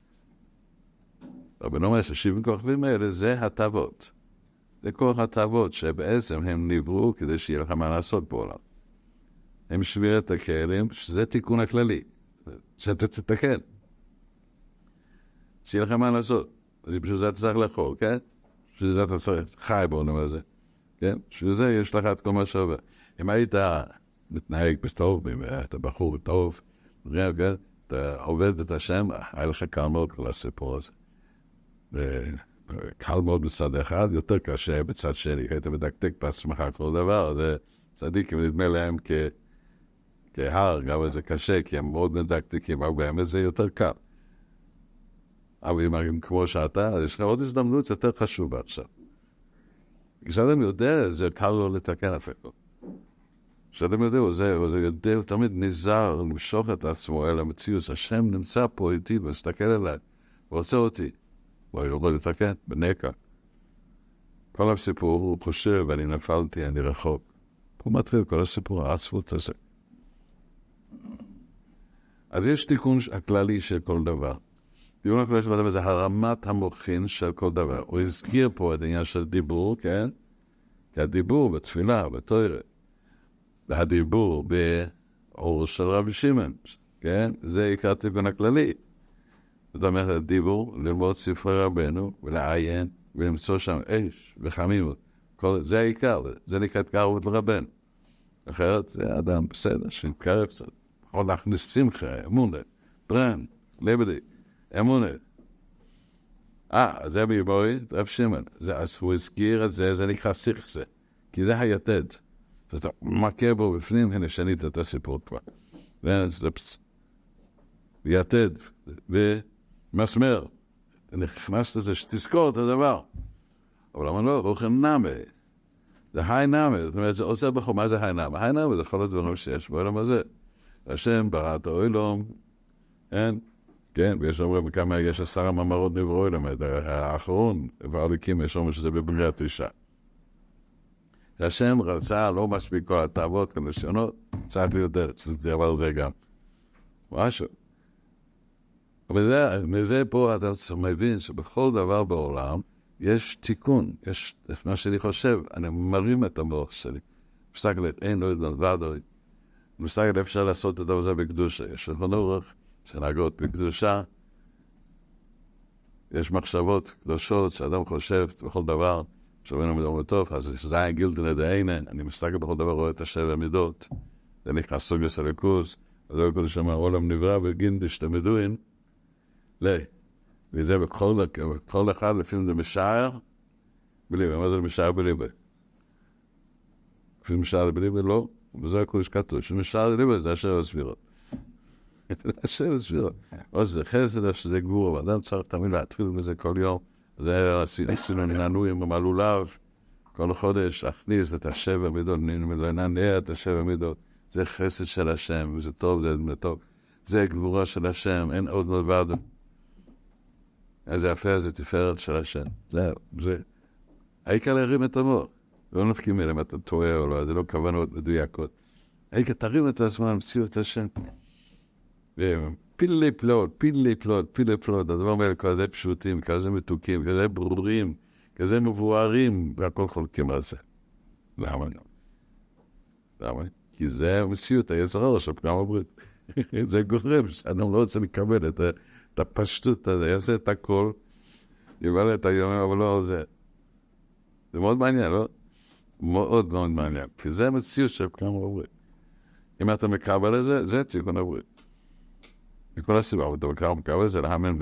אבל לא אומר ששבעים כוכבים האלה, זה הטבות. זה כל הטבות שבעצם הם נבראו כדי שיהיה לך מה לעשות בעולם. הם שביר את הכלים, שזה תיקון הכללי. שאתה תתקן. שיהיה לך מה לעשות. אז בשביל זה אתה צריך לאכול, כן? בשביל זה אתה צריך חי בעולם הזה. כן? בשביל זה יש לך את כל מה שעובר. אם היית מתנהג בטוב, אם אתה בחור טוב, כן? אתה עובד את השם, היה לך קל מאוד כל הסיפור הזה. קל מאוד בצד אחד, יותר קשה בצד שני. היית מדקדק בעצמך כל דבר, זה צדיקים נדמה להם כ... כהר, גם זה קשה, כי הם מאוד מדקדקים, אבל באמת זה יותר קל. אבל אם כמו שאתה, אז יש לך עוד הזדמנות יותר חשובה עכשיו. כשאדם יודע, זה קל לו לתקן אפילו. כשאדם יודע, זה, זה יודע, הוא תמיד נזהר למשוך את עצמו אל המציאות. השם נמצא פה איתי, ומסתכל עליי, ועושה אותי. הוא יכול לתקן, בנקע. כל הסיפור, הוא חושב, אני נפלתי, אני רחוק. פה מתחיל כל הסיפור, העצבות הזה. אז יש תיקון הכללי של כל דבר. תיקון הכללי של כל דבר זה הרמת המוחין של כל דבר. הוא הזכיר פה את העניין של דיבור, כן? כי הדיבור בתפילה, בתורה, והדיבור באור של רבי שמעון, כן? זה עיקר תיקון הכללי. זאת אומרת, הדיבור, ללמוד ספרי רבנו, ולעיין, ולמצוא שם אש וחמימות. כל... זה העיקר, זה נקרא התקרבות לרבנו. אחרת זה אדם בסדר, שנתקרב קצת. יכול להכניס שמחה, אמונה, ברן, לבדי, אמונה. אה, אז זה ביבואי, רב שמעון. אז הוא הזכיר את זה, זה נקרא שיחסה. כי זה היתד. שאתה מכה בו בפנים, הנה שנית את הסיפור כבר. וזה פס... יתד, ומסמר. נכנסת לזה שתזכור את הדבר. אבל למה לא? רוחם נמה. זה היי נמה. זאת אומרת, זה עושה בחור. מה זה היי נמה? היי נמה זה כל הדברים שיש בעולם הזה. השם ברא את האוילום, כן? כן, ויש אומרים כמה יש עשר המאמרות נבראו אוילום, האחרון, והליקים יש אומרים שזה בבריאת אישה. השם רצה לא מספיק כל התאוות, כל הניסיונות, צריך ליותר, צריך דבר זה גם. משהו. וזה, מזה פה אתה מבין שבכל דבר בעולם יש תיקון, יש מה שאני חושב, אני מרים את המוח שלי. מסתכל, אין לא יודעת, ועדוי. מסתכל, אפשר לעשות את הדבר הזה בקדושה. יש לכון אורך, שנהגות בקדושה. יש מחשבות קדושות שאדם חושב בכל דבר, שאומרים מדומה טוב, אז זה היה גילדן לדעיינן, אני מסתכל בכל דבר, רואה את השבע מידות, זה נקרא סוגס הליקוס, אז זה קודש אמר, עולם נברא וגינדש תמדוין, לא. וזה בכל, בכל אחד, לפעמים זה משער, בליבה. מה זה משער בליבה? לפעמים משער בליבה לא, וזה הקודש כתוב, שמשער בליבה זה אשר הסבירות. זה אשר הסבירות. אז זה חסד, שזה גבור, ואדם צריך תמיד להתחיל בזה כל יום. זה עשינו נענויים במלולב, כל חודש להכניס את השבע מידות, לנענע את השבע מידות. זה חסד של השם, וזה טוב, זה טוב. זה גבורה של השם, אין עוד מלבד. איזה יפה, זה תפארת של השם. זה, זה. העיקר להרים את המוח. לא נפקים אליהם, אתה טועה או לא, זה לא כוונות מדויקות. העיקר תרים את הזמן, מציאו את השם. פילי פלוט, פילי פלוט, פילי פלוט, הדבר האלה כזה פשוטים, כזה מתוקים, כזה ברורים, כזה מבוארים, והכל חולקים על זה. למה? למה? כי זה מציאות, היצר הרע של פגם הברית. זה גורם, שאדם לא רוצה לקבל את, את הפשטות הזה, יעשה את הכל, יבלה את היומים, אבל לא על זה. זה מאוד מעניין, לא? מאוד מאוד מעניין, כי זה מציאות של פגם הברית. אם אתה מקבל את זה, זה תיקון הברית. כל הסיבה, אבל אתה מקבל את זה, להאמין בזה.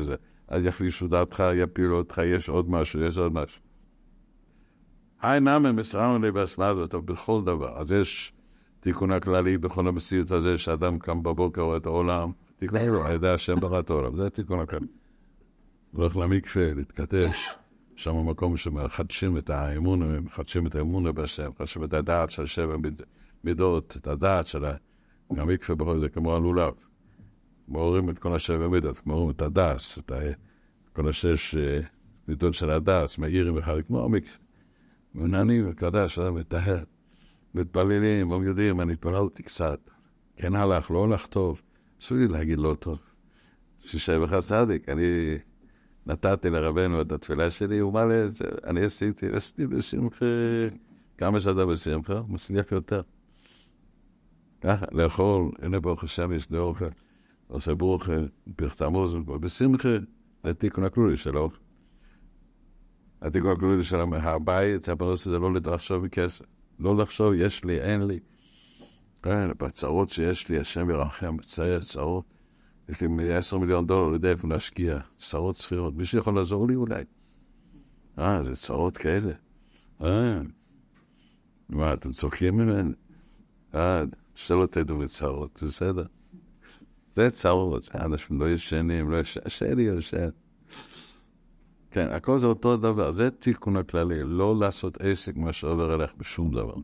אז יחלישו דעתך, יפילו אותך, יש עוד משהו, יש עוד משהו. היי נאמן מסרנו לי בהסמה הזאת, אבל בכל דבר. אז יש תיקון הכללי בכל המציאות הזה, שאדם קם בבוקר רואה את העולם, תיקון הכללי, הידע השם בראת העולם, זה תיקון הכללי. הולך למקווה, להתקדש, שם המקום שמחדשים את האמון, מחדשים את האמון בהשם, מחדשים את הדעת של שבע מידות, את הדעת של המקווה בכל זה כמו הלולב. מעוררים את כל השבע מידות, מעוררים את הדס, את כל השש מידות של הדס, מאירים אחד כמו המקווה. מנעני וקדש, מטהר, מתפללים, הם יודעים, אני התפללתי קצת, כן הלך, לא הלך טוב, אסור לי להגיד לא טוב. ששבח צדיק, אני נתתי לרבנו את התפילה שלי, הוא אמר לי, אני עשיתי, עשיתי בשמחה, כמה שאתה בשמחה, מצליח יותר. ככה, לאכול, הנה ברוך השם יש לי אוכל, עושה ברוך, פרח תמוז, בשמחה, זה תיקון הכלולי שלו. התיקון הכלולי של הבית, הפרס זה לא לחשוב בכסף. לא לחשוב, יש לי, אין לי. כן, בצרות שיש לי, השם ירחם, בצייר צרות. יש לי עשר מיליון דולר, לא יודע איפה להשקיע. צרות סחירות. מישהו יכול לעזור לי אולי? אה, זה צרות כאלה. אה, מה, אתם צוחקים ממני? אה, שלא תדעו בצרות, בסדר. זה צרות, זה אנשים לא ישנים, לא ישן, השאלי ישן. כן, הכל זה אותו דבר, זה תיקון הכללי, לא לעשות עסק מה שעובר אליך בשום דבר.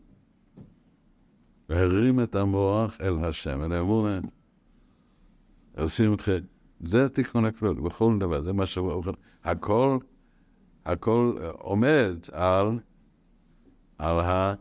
להרים את המוח אל השם, אל האמונה, עושים אתכם, זה תיקון הכללי, בכל דבר, זה מה שעובר, הכל, הכל עומד על, על ה,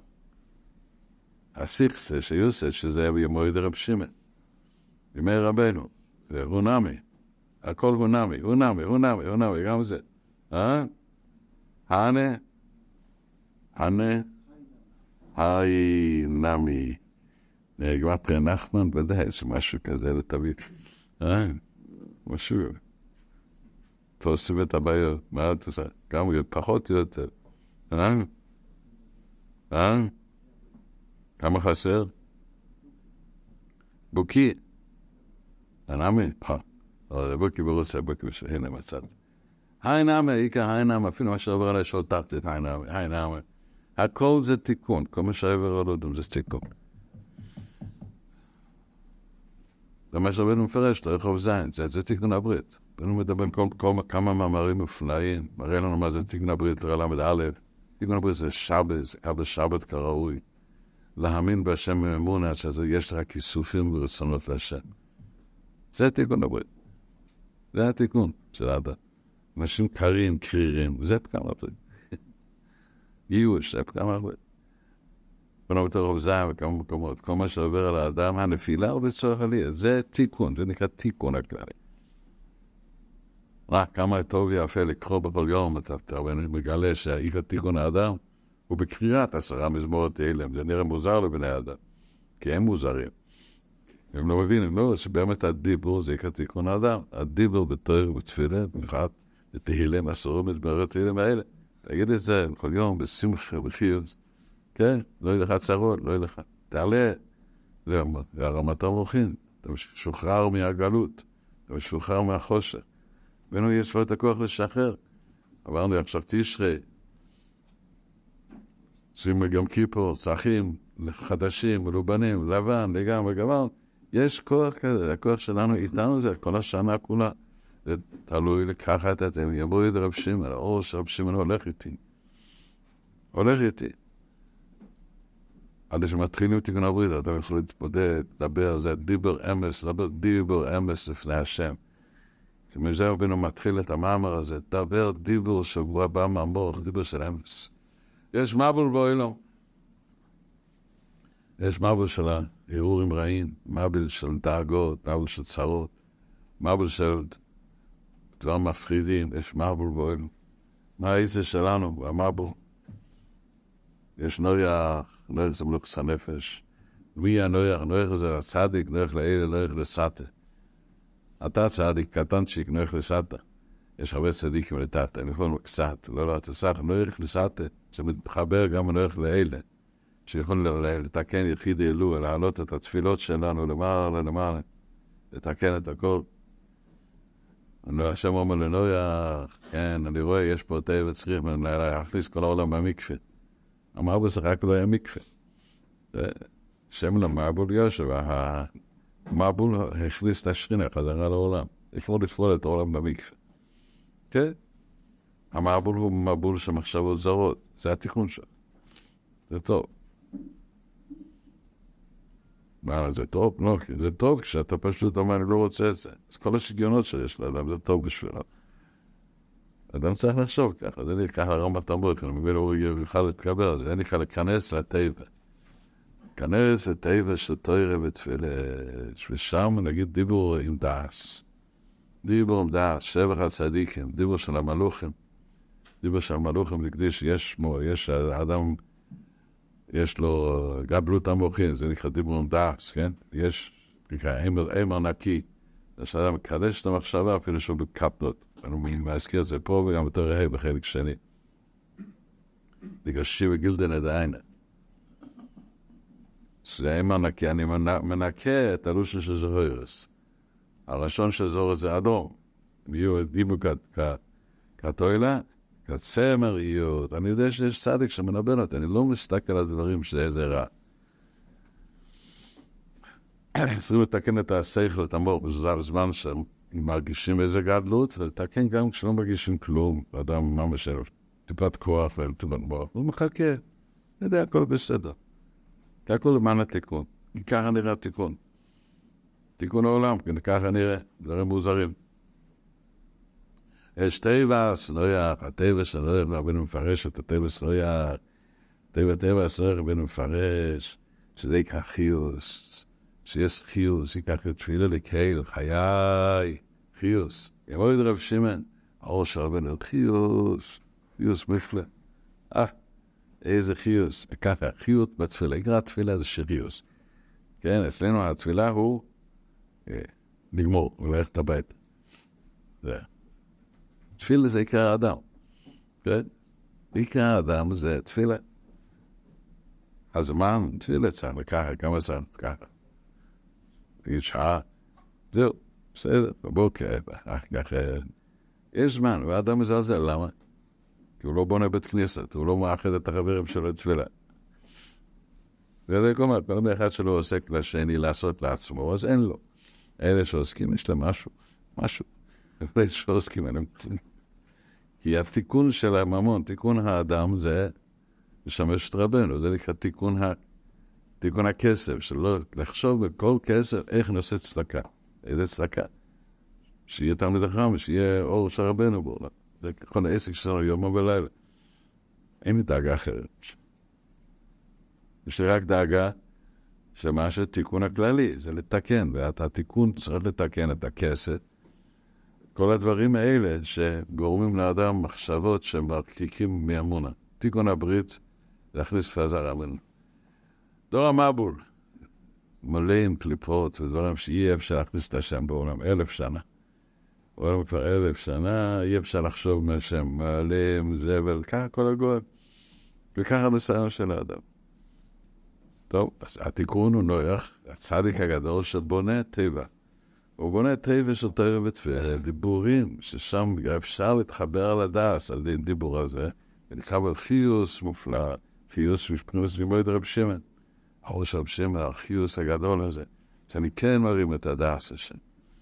הסיכסה שיוסד, שזה במועד רב שמעון, בימי רבנו, זה רונמי, הכל רונמי, רונמי, רונמי, רונמי, גם זה. אה? הנה, הנה, היי נמי, גמטריה נחמן, ודאי, יש משהו כזה לתביא. אה? משהו. תוסיף את הבעיות, מה אתה עושה? גם פחות או יותר. אה? אה? כמה חסר? בוקי. הנמי? אה. אבל בוקי ברוסיה, בוקי ברוסיה, הנה מצד. היי נאמה, איקה היי נאמה, אפילו מה שעובר עליי של תחתית, היי נאמה, היי נאמה. הכל זה תיקון, כל מה שעובר על אדם זה תיקון. זה מה שרבנו מפרש, לרחוב זין, זה, זה תיקון הברית. בנו מדבר כל, כל, כמה מאמרים מופלאים, מראה לנו מה זה תיקון הברית, תראה למד א', תיקון הברית זה שבת, זה קבל שבת כראוי. להאמין בהשם אמונה, שיש לך כיסופים ורצונות להשם. זה תיקון הברית. זה התיקון של האדם. אנשים קרים, קרירים, זה פגם הברית. ייאוש, זה פגם הברית. בנו בתור רוב זין וכמה מקומות, כל מה שעובר על האדם, הנפילה הוא בצורך עלייה, זה תיקון, זה נקרא תיקון הכללי. רק כמה טוב יפה לקרוא בכל יום, אתה מגלה שהאיך התיקון האדם, הוא בקריאת עשרה מזמורת אילם, זה נראה מוזר לבני האדם, כי הם מוזרים. הם לא מבינים, לא, שבאמת הדיבור זה יקרא תיקון האדם, הדיבור בתור ובתפילה, במיוחד, בתהילים, עשרה מזמורת אילם האלה. תגיד את זה כל יום, בשמחה, בחיוס, כן, לא יהיה לך צרות, לא יהיה לך, תעלה, זה הרמת המוחין, אתה משוחרר מהגלות, אתה משוחרר מהחושך, ואנו יש לו את הכוח לשחרר. עברנו עכשיו תשרי, שימו גם כיפור, צחים, חדשים, מלובנים, לבן, לגמרי, גמר, יש כוח כזה, הכוח שלנו איתנו זה כל השנה כולה, זה תלוי לקחת את הם, יבואו את רב שמעון, האור של רב שמעון הולך איתי, הולך איתי. עד שמתחילים את תיקון הברית, אתה יכול להתמודד, לדבר, זה דיבר אמס, לדבר דיבר אמס לפני השם. כשמזה רבינו מתחיל את המאמר הזה, דבר דיבר שבוע בא מהמוח, דיבר של אמס. יש מבול באילום. יש מבול של הערעורים רעים, מבול של דאגות, מבול של צרות, מבול של דבר מפחידים, יש מבול באילום. מה האיזה שלנו, המבול? יש נויח, נויח זה מלוכס הנפש. מי הנויח? נויח זה הצדיק, נויח לאלה, נויח לסתה. אתה צדיק, קטנצ'יק, נויח לסתה. יש הרבה צדיקים לתתה, אני יכול קצת, לא לא, אתה סך, נויח לסתה, שמתחבר גם נויח לאלה, שיכול לתקן יחיד אלוה, להעלות את התפילות שלנו למעלה, למעלה, לתקן את הכל. השם אומר לנויח, כן, אני רואה, יש פה טבע צריך להכניס כל העולם במקווה. המרבול זה רק לא היה מקווה. שם למרבול יושב, המרבול הכניס את השכינה חזרה לעולם. לפעול לפעול את העולם במקווה. כן? המרבול הוא מרבול של מחשבות זרות. זה התיקון שלו. זה טוב. מה, זה טוב? לא, זה טוב כשאתה פשוט אומר, אני לא רוצה את זה. אז כל השגיונות שיש לאדם, זה טוב בשבילו. אדם צריך לחשוב ככה, זה נקרא לרמת המוח, אני מבין, הוא יוכל להתקבל על זה, זה נקרא לכנס לטבע. כנס לטבע של תוירה ותפילה, ושם נגיד דיבור עם דאס. דיבור עם דאס, שבח הצדיקים, דיבור של המלוכים. דיבור של המלוכים, לקדיש, יש מו, יש אדם, יש לו גדלות המוחין, זה נקרא דיבור עם דאס, כן? יש, נקרא, אמר נקי. אז אדם מקדש את המחשבה אפילו שהוא בקפלות. אני מזכיר את זה פה וגם בתור רהי בחלק שני. לגשי וגילדן את העין. זה אמר נקי, אני מנקה את הלושן של זוהרס. הלשון של זוהרס זה אדום. יהיו דימו כתוילה, כצמר יהיו. אני יודע שיש צדיק שמנבן אותי, אני לא מסתכל על הדברים שזה רע. צריכים לתקן את השכל, את המוח, בזמן שהם מרגישים איזה גדלות, ולתקן גם כשלא מרגישים כלום, אדם ממש שלו, טיפת כוח ולטיפת מוח, הוא מחכה, יודע, הכל בסדר. כי הכל למען התיקון, כי ככה נראה התיקון. תיקון העולם, כי ככה נראה, דברים מוזרים. יש טבע סנויח, הטבע סנויח, רבינו מפרש את הטבע סנויח, טבע טבע סנויח, רבינו מפרש, שזה יקח חיוס. שיש חיוס, ייקח לתפילה לקהל, חיי, חיוס. יבוא את רב שמעון, האור של רבנו, חיוס, חיוס מפלא. אה, איזה חיוס. ככה, חיוס בתפילה, יקרא תפילה זה שחיוס. כן, אצלנו התפילה הוא אה, נגמור, הוא הולך את הבית. זה. תפילה זה יקרא האדם. כן? יקרא האדם זה תפילה. הזמן, תפילה צריך לקחת, כמה צריך ככה. תגיד שעה, זהו, בסדר, בבוקר, יש זמן, והאדם מזלזל, למה? כי הוא לא בונה בית כנסת, הוא לא מאחד את החברים שלו לתפילה. וזה כלומר, כל אחד שלו עוסק לשני לעשות לעצמו, אז אין לו. אלה שעוסקים, יש להם משהו, משהו. אלה שעוסקים, אין להם כלום. כי התיקון של הממון, תיקון האדם, זה לשמש את רבנו, זה נקרא תיקון ה... תיקון הכסף, שלא לחשוב בכל כסף איך נעשה צדקה. איזה צדקה. שיהיה תלמיד חכם, שיהיה אור של רבנו בו. זה כל העסק שלנו יום ולילה. אין לי דאגה אחרת. יש לי רק דאגה שמה שתיקון הכללי, זה לתקן, ואת התיקון צריך לתקן את הכסף. כל הדברים האלה שגורמים לאדם מחשבות שמרחיקים מאמונה. תיקון הברית, להכניס פזר רבנו. דור המבול, מלא עם קליפות ודברים שאי אפשר להכניס את השם בעולם, אלף שנה. בעולם כבר אלף שנה, אי אפשר לחשוב מהשם, מלא עם זבל, ככה כל הגול. וככה לסיים של האדם. טוב, אז התיקון הוא נויח, הצדיק הגדול שבונה טבע. הוא בונה טבע של תורה ותפילה, דיבורים, ששם אפשר להתחבר על הדס, על דיבור הזה, ולקבל חיוס מופלא, חיוס משפנוס ממועד רב שמעון. האור של רב שמעון, החיוס הגדול הזה, שאני כן מרים את הדס השם.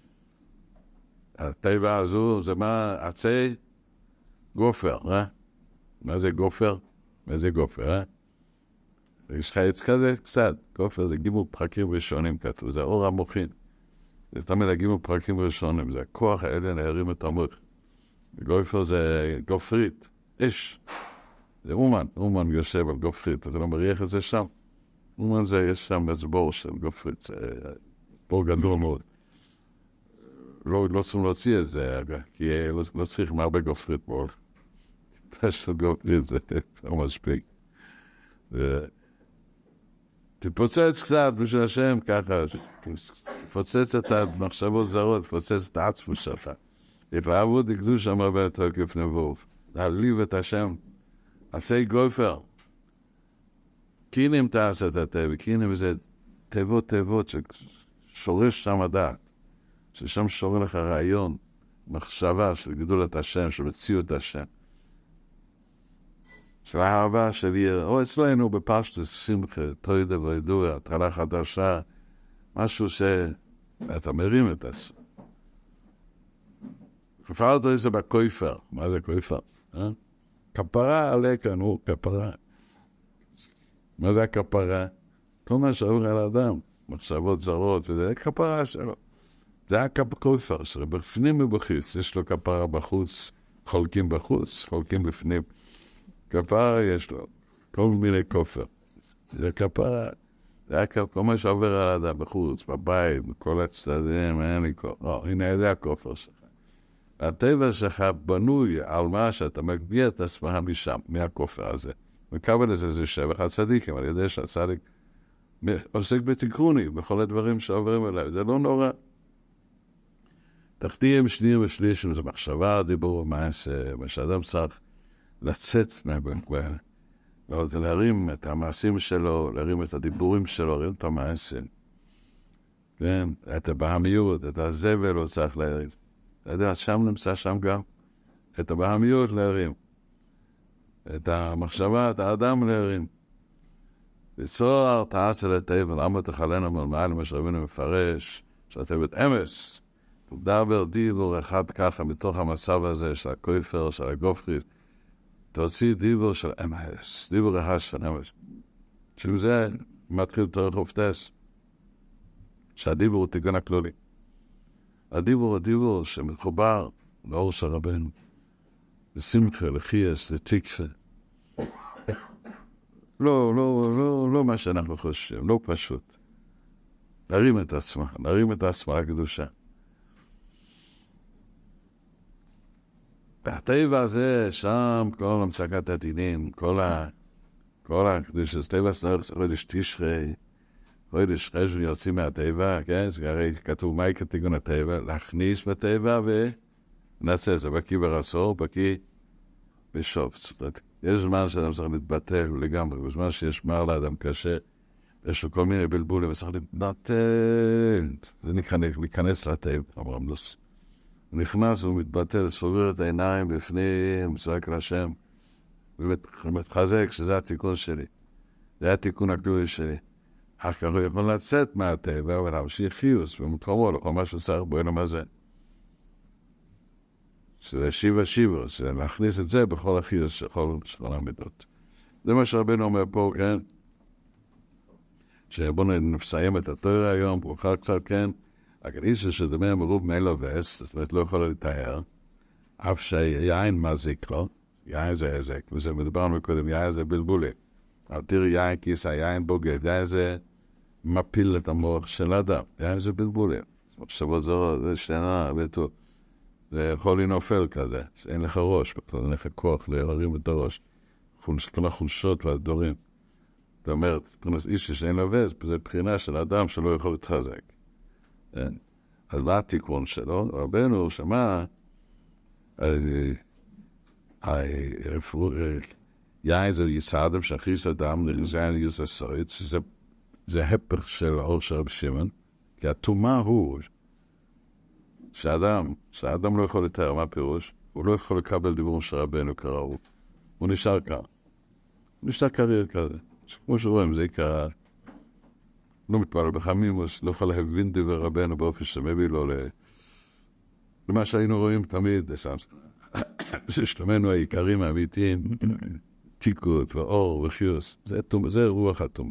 הטבע הזו זה מה? עצי גופר, אה? מה זה גופר? מה זה גופר, אה? יש חייץ כזה קצת, גופר זה גימול פרקים ראשונים כתוב, זה אור המוחין. זה תמיד הגימול פרקים ראשונים, זה הכוח האלה להרים את המוח. גופר זה גופרית, אש. זה אומן, אומן יושב על גופרית, אתה לא מריח את זה שם? אומן זה, יש שם איזה בור של גופרית, זה בור גדול מאוד. לא, לא צריכים להוציא את זה, כי לא, לא צריך מהרבה גופרית בו. פשוט גופרית זה לא מספיק. תפוצץ קצת בשביל השם ככה, תפוצץ את המחשבות זרות, תפוצץ את העצמו שלך. התלהבות דקדוש אמר בתוקף נבוב, להעליב את השם. עצי גופר, קינים תעשה את הטבע, קינים זה תיבות תיבות ששורש שם הדעת, ששם שורש לך רעיון, מחשבה של גדולת השם, של מציאות השם. של האהבה של עיר, או אצלנו בפשטוס, שמחה, תוידה וידוע, התחלה חדשה, משהו שאתה מרים את זה. כפר אותו זה בקויפר. מה זה קויפר? אה? כפרה עליקה, נו, כפרה. מה זה הכפרה? כל מה שעובר על האדם, מחשבות זרות, וזה כפרה שלו. זה הקויפר שלו, בפנים ובחוץ. יש לו כפרה בחוץ, חולקים בחוץ, חולקים בפנים. כפרה יש לו, כל מיני כופר. זה כפרה, זה כל מה שעובר על האדם בחוץ, בבית, בכל הצדדים, אין לי כופר. לא, הנה, זה הכופר שלך. הטבע שלך בנוי על מה שאתה מגביה את עצמך משם, מהכופר הזה. מקבל לזה זה שבח הצדיקים, על ידי שהצדיק עוסק בתיקוני, בכל הדברים שעוברים אליי. זה לא נורא. תחתיהם שניים ושלישים, זה מחשבה, דיבור, מעשה, מה שאדם צריך לצאת מהבנקווה, להרים את המעשים שלו, להרים את הדיבורים שלו, להרים את המעשים. כן, את הבהמיות, את הזבל הוא צריך להרים. אתה יודע, שם נמצא שם גם את הבהמיות להרים. את המחשבה, את האדם להרים. ליצור הרתעה של הטבע, למה תחלנו מלמעלה, מה שרבינו מפרש, שהטבעת אמס, תדבר דיבור אחד ככה, מתוך המצב הזה של הכויפר, של הגופרית, תוציא דיבור של אמס, דיבור אחד של אמס. שעם זה מתחיל תורך אופטס, שהדיבור הוא תיקון הכלולי. הדיבור הוא הדיבור שמחובר לאור של רבנו, לשמחה, לחייס, לתקפה. לא, לא, לא, לא מה שאנחנו חושבים, לא פשוט. להרים את עצמה, להרים את עצמה הקדושה. והטבע הזה, שם כל המצגת הדינים, כל ה... כל הקדושה, טבע סנרס, חודש תשרי, חודש חשב יוצאים מהטבע, כן? זה הרי כתוב מהי כתיקון הטבע, להכניס בטבע ונעשה את זה, בקיא ברסור, בקיא בשוף. זאת אומרת, יש זמן שאדם צריך להתבטל לגמרי, בזמן שיש מר לאדם קשה, יש לו כל מיני בלבולים, וצריך להתבטל. זה נקרא להיכנס לטבע, אמרם לוס. הוא נכנס והוא מתבטל, סוביר את העיניים בפנים, צועק להשם, ומתחזק שזה התיקון שלי. זה התיקון הגדול שלי. אחר כך הוא יכול לצאת מהטבע ולהמשיך חיוס במקומו, לכל מה שצריך בו אין המזה. שזה שיבה שיבה, שזה להכניס את זה בכל החיוס של כל המידות. זה מה שרבינו אומר פה, כן? שבואו נסיים את התורה היום, פרוחה קצת, כן? רק איש שדמה מרוב מלו וסט, זאת אומרת לא יכול לתאר, אף שיין מזיק לו, יין זה עזק, וזה מדברנו קודם, יין זה בלבולי. אבל תראי יין כיס, היין בוגד, יין זה מפיל את המוח של האדם, יין זה בלבולי. שבו זו, זה שתנה, וטוב. זה יכול לנופל כזה, שאין לך ראש, אין לך כוח להרים את הראש. כל החולשות והדברים. זאת אומרת, פרנס איש שאין לו וסט, זה בחינה של האדם שלא יכול להתחזק. אז מה התיקון שלו? רבנו שמע יין זה יסעדם שכיס אדם לרזיין יססוית, זה הפך של האור של רב שמעון, כי התומה הוא שאדם, שאדם לא יכול לתאר מה פירוש, הוא לא יכול לקבל דיבור של רבנו כראו, הוא נשאר כאן, הוא נשאר קריר כזה, כמו שרואים זה עיקר לא מתפעל בחמימוס, לא יכול להבין דבר רבנו באופן שמביא לו למה שהיינו רואים תמיד, ששלמנו העיקרים האמיתיים, תיקות ואור וחיוס, זה, זה רוח התומה.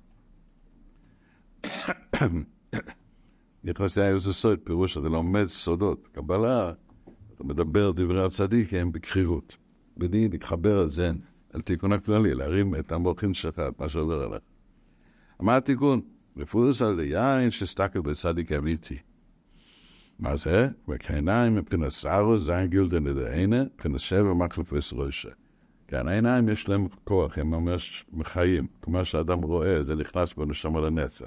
נכנסי היו זה סוד, פירוש שזה לומד סודות, קבלה, אתה מדבר דברי הצדיקים בקרירות, בני להתחבר על זה, על תיקון הכללי, להרים את המוחין שלך, את מה שעובר עליך. מה התיקון? רפוס על יין שסתקל בצדיק אמיתי. מה זה? וכעיניים מבחינת סערו, זין גילדן לדעינה, מבחינת שבע מחלף וסרושה. כן, העיניים יש להם כוח, הם ממש מחיים. כמו שאדם רואה, זה נכנס בו נשמה לנצח.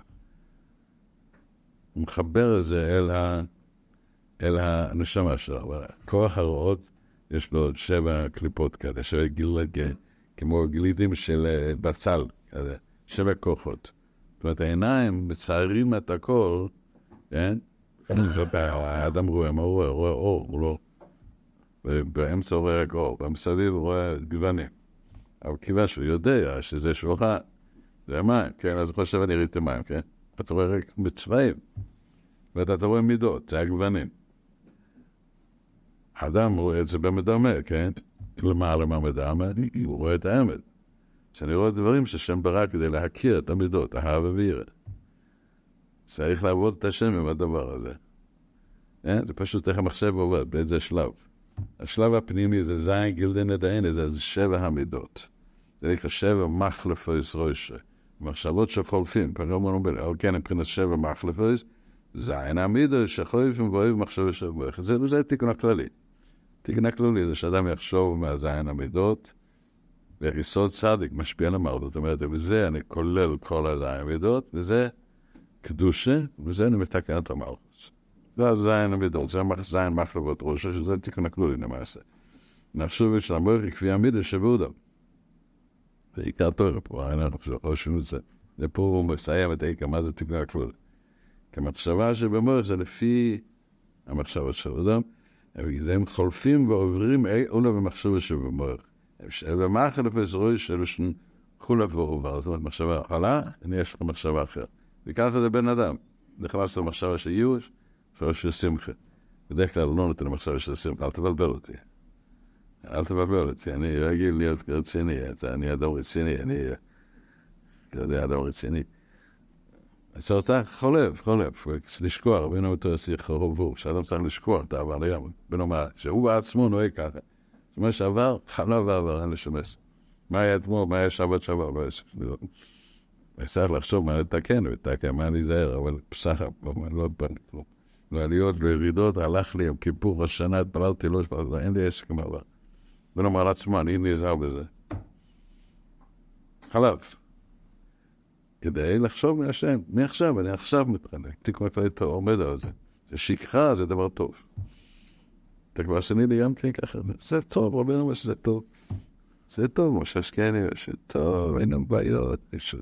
הוא מחבר את זה אל, ה... אל הנשמה שלו. כוח הרואות, יש לו שבע קליפות כאלה, שבע גילד, כמו גילידים של בצל, כזה, שבע כוחות. זאת אומרת, העיניים מצערים את הכל, כן? האדם רואה מה הוא רואה, הוא רואה אור, הוא לא... ובאמצע הוא רואה רק אור, במסביב הוא רואה גוונים. אבל כיוון שהוא יודע שזה שלוחה, זה מים, כן? אז הוא חושב אני ראיתי מים, כן? אתה רואה רק בצבעים, ואתה רואה מידות, זה הגוונים. האדם רואה את זה במדמה, כן? למעלה מהמדמה, הוא רואה את האמת. שאני רואה דברים ששם ברא כדי להכיר את המידות, אהבה ויראה. צריך לעבוד את השם עם הדבר הזה. זה פשוט איך המחשב עובד, באיזה שלב. השלב הפנימי זה זין גילדן עדיין, זה שבע המידות. זה נקרא שבע מחלפויס ראשה. מחשבות שחולפים, פרום אומר, אבל כן, מבחינת שבע מחלפויס, זין המידות שחולפים ואוהב מחשבות שבח. זה, זה תיקון הכללי. תיקון הכללי זה שאדם יחשוב מהזין המידות, ויסוד צדיק משפיע על המעלות. זאת אומרת, וזה אני כולל כל הזין המידות, וזה קדושה, וזה אני מתקן את המעלות. זה זין המידות, זה זין מחלבות ראשה, שזה תיקון הכללי למעשה. נחשוב של המוח כפי המידה שבאודם. זה עיקר תורה פה, אנחנו חושבים את זה. ופה הוא מסיים את העיקר, מה זה תיקון הכללי. כמחשבה שבמוח זה לפי המחשבות של אדם, הם חולפים ועוברים אולה במחשבה שבמוח. ומחלפת ראש שלו חולף ועובר, זאת אומרת מחשבה חלה, אני יש לך מחשבה אחרת. וככה זה בן אדם. נכנס למחשבה של ייאוש, מחשבה של שמחה. בדרך כלל לא נותן למחשבה של שמחה, אל תבלבל אותי. אל תבלבל אותי, אני רגיל להיות רציני, אני אדם רציני, אני יודע אדם רציני. אז זה רוצה חולף, חולף, לשכוח, רבינו אותו יסיך חרובו, שאדם צריך לשכוח את העבר לים, בנאמר, שהוא בעצמו נוהג ככה. זאת אומרת שעבר, חלב ועבר, אין לשמש. מה היה אתמול, מה היה שבת שעבר, לא יש. אני צריך לחשוב מה לתקן, לתקן, מה להיזהר, אבל פסחה, לא בני כלום. לעליות, לירידות, הלך לי, עם כיפור, השנה, התפללתי, לא התפללתי, אין לי עסק מעבר. בנאמר לעצמו, אני נזהר בזה. חלף. כדי לחשוב מהשם, מעכשיו, אני עכשיו מתחלק. תיקון הכללי עומד על זה. ששכחה זה דבר טוב. אתה כבר עשיני לי גם כן ככה, זה טוב, רבינו אומר שזה טוב. זה טוב, משה שקני, שטוב, אין לנו בעיות.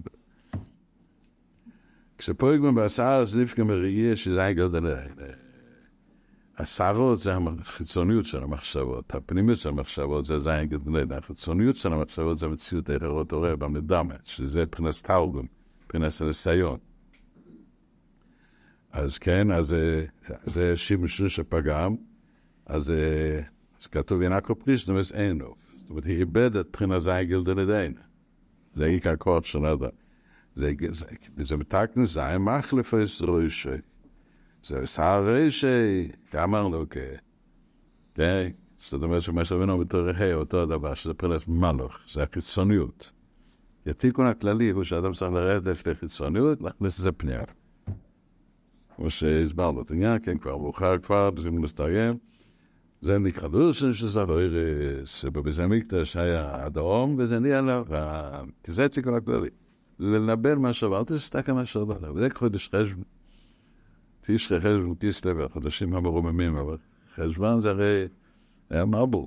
כשפה יגמם בעשרה, זה נפקא מראייה שזה היה גלדן. הסערות זה החיצוניות של המחשבות, הפנימיות של המחשבות זה זין גלדן. החיצוניות של המחשבות זה מציאות היכרות הורה במדמה, שזה פרנס תרגום, פרנס הניסיון. אז כן, אז זה שימשו שפגם, אז כתוב ינקו פריש, נמס אינו. זאת אומרת, היא איבד את בחינה זין גלדן עדיין. זה עיקר כוח של אדם. זה מתקן זין מחלפויס ראשה. זה שער ראשה, כאמרנו, כן? זאת אומרת שמה שרבינו בתורה, אותו הדבר, שזה פרנס מלוך, זה החיצוניות. התיקון הכללי הוא שאדם צריך לרדת לחיצוניות, להכניס את זה פנייה. כמו שהסברנו את העניין, כן, כבר מאוחר כבר, זה מסתיים. זה נקרא לושן שזה אירס, בבית המקדש היה אדום, וזה נהיה לו, כי זה התיקון הכללי. לנבל מה שעבר, תסתכל מה שעבר, וזה חודש חשבון. תשכי חשבון, תסתכל, החודשים המרוממים, אבל חשבון זה הרי היה מרבור.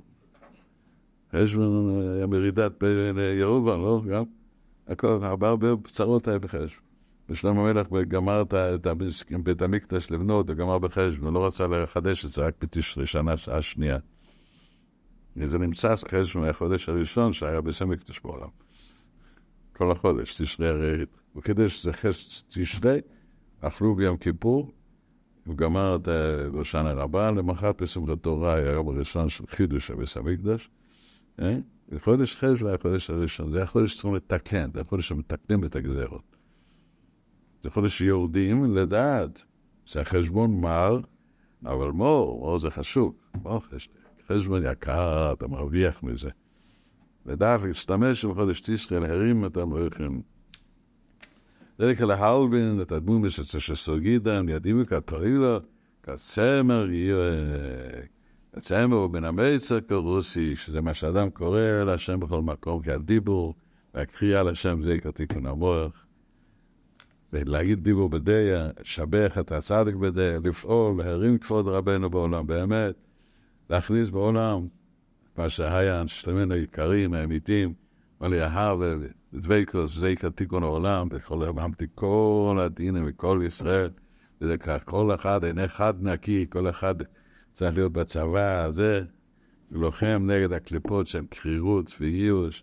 חשבון היה מרידת בירובה, לא? גם הכל, הרבה הרבה פצרות היה בחשבון. ושלמה המלך גמר את בית המקדש לבנות, הוא גמר בחשבון, לא רצה לחדש את זה רק בתשרי שנה, שעה שנייה. וזה נמצא חשבון מהחודש הראשון שהיה בית המקדש בעולם. כל החודש, תשרי הרעית. וכדי שזה חש תשרי, אכלו ביום כיפור, הוא גמר את ראשון הרבה, למחרת בשמחת תורה היה היום הראשון של חידוש בית המקדש. וחודש חשבון היה החודש הראשון, זה החודש שצריכים לתקן, זה החודש שמתקנים את הגזרות. זה חודש יורדים לדעת שהחשבון מר, אבל מור, מור זה חשוב. חשבון יקר, אתה מרוויח מזה. לדעת להשתמש בחודש תשרי, להרים את המלכים. זה נקרא להלבין את הדמות שסוגידם, ידימו כתורילה, כצמר, הצמר הוא בין המיצר כרוסי, שזה מה שאדם קורא להשם בכל מקום, כהדיבור, והקריאה להשם זה כתיקון המוח. ולהגיד דיבור בדיה, שבח את הצדיק בדיה, לפעול, להרים כבוד רבנו בעולם, באמת, להכניס בעולם מה שהיה, שלמנו העיקרים, האמיתים, מלא אהב ודבקוס, זה כתיקון העולם, בכל המתי כל הדינים וכל ישראל, וזה כך, כל אחד, אין אחד נקי, כל אחד צריך להיות בצבא הזה, לוחם נגד הקליפות של קרירות וגיוש.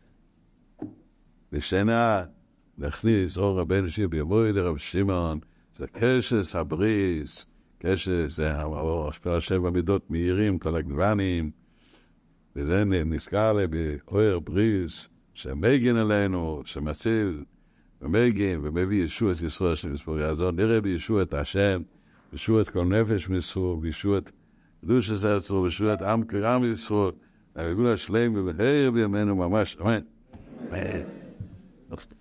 ושינה, להכניס אור רבנו שיר בימוי לרב שמעון, זה קשס הבריס, קשס, זה האור, השפעה שבע מידות מהירים, כל הגוונים, וזה נזכר לי באור בריס, שמגן עלינו, שמציל, ומגן, ומביא ישוע את ישראל של מספור יעזור, נראה בישוע את השם, בישוע את כל נפש מסור, בישוע את קדוש הסצור, בישוע את עם קרם ישראל, הגבול השלם ובהר בימינו ממש, אמן. אמן.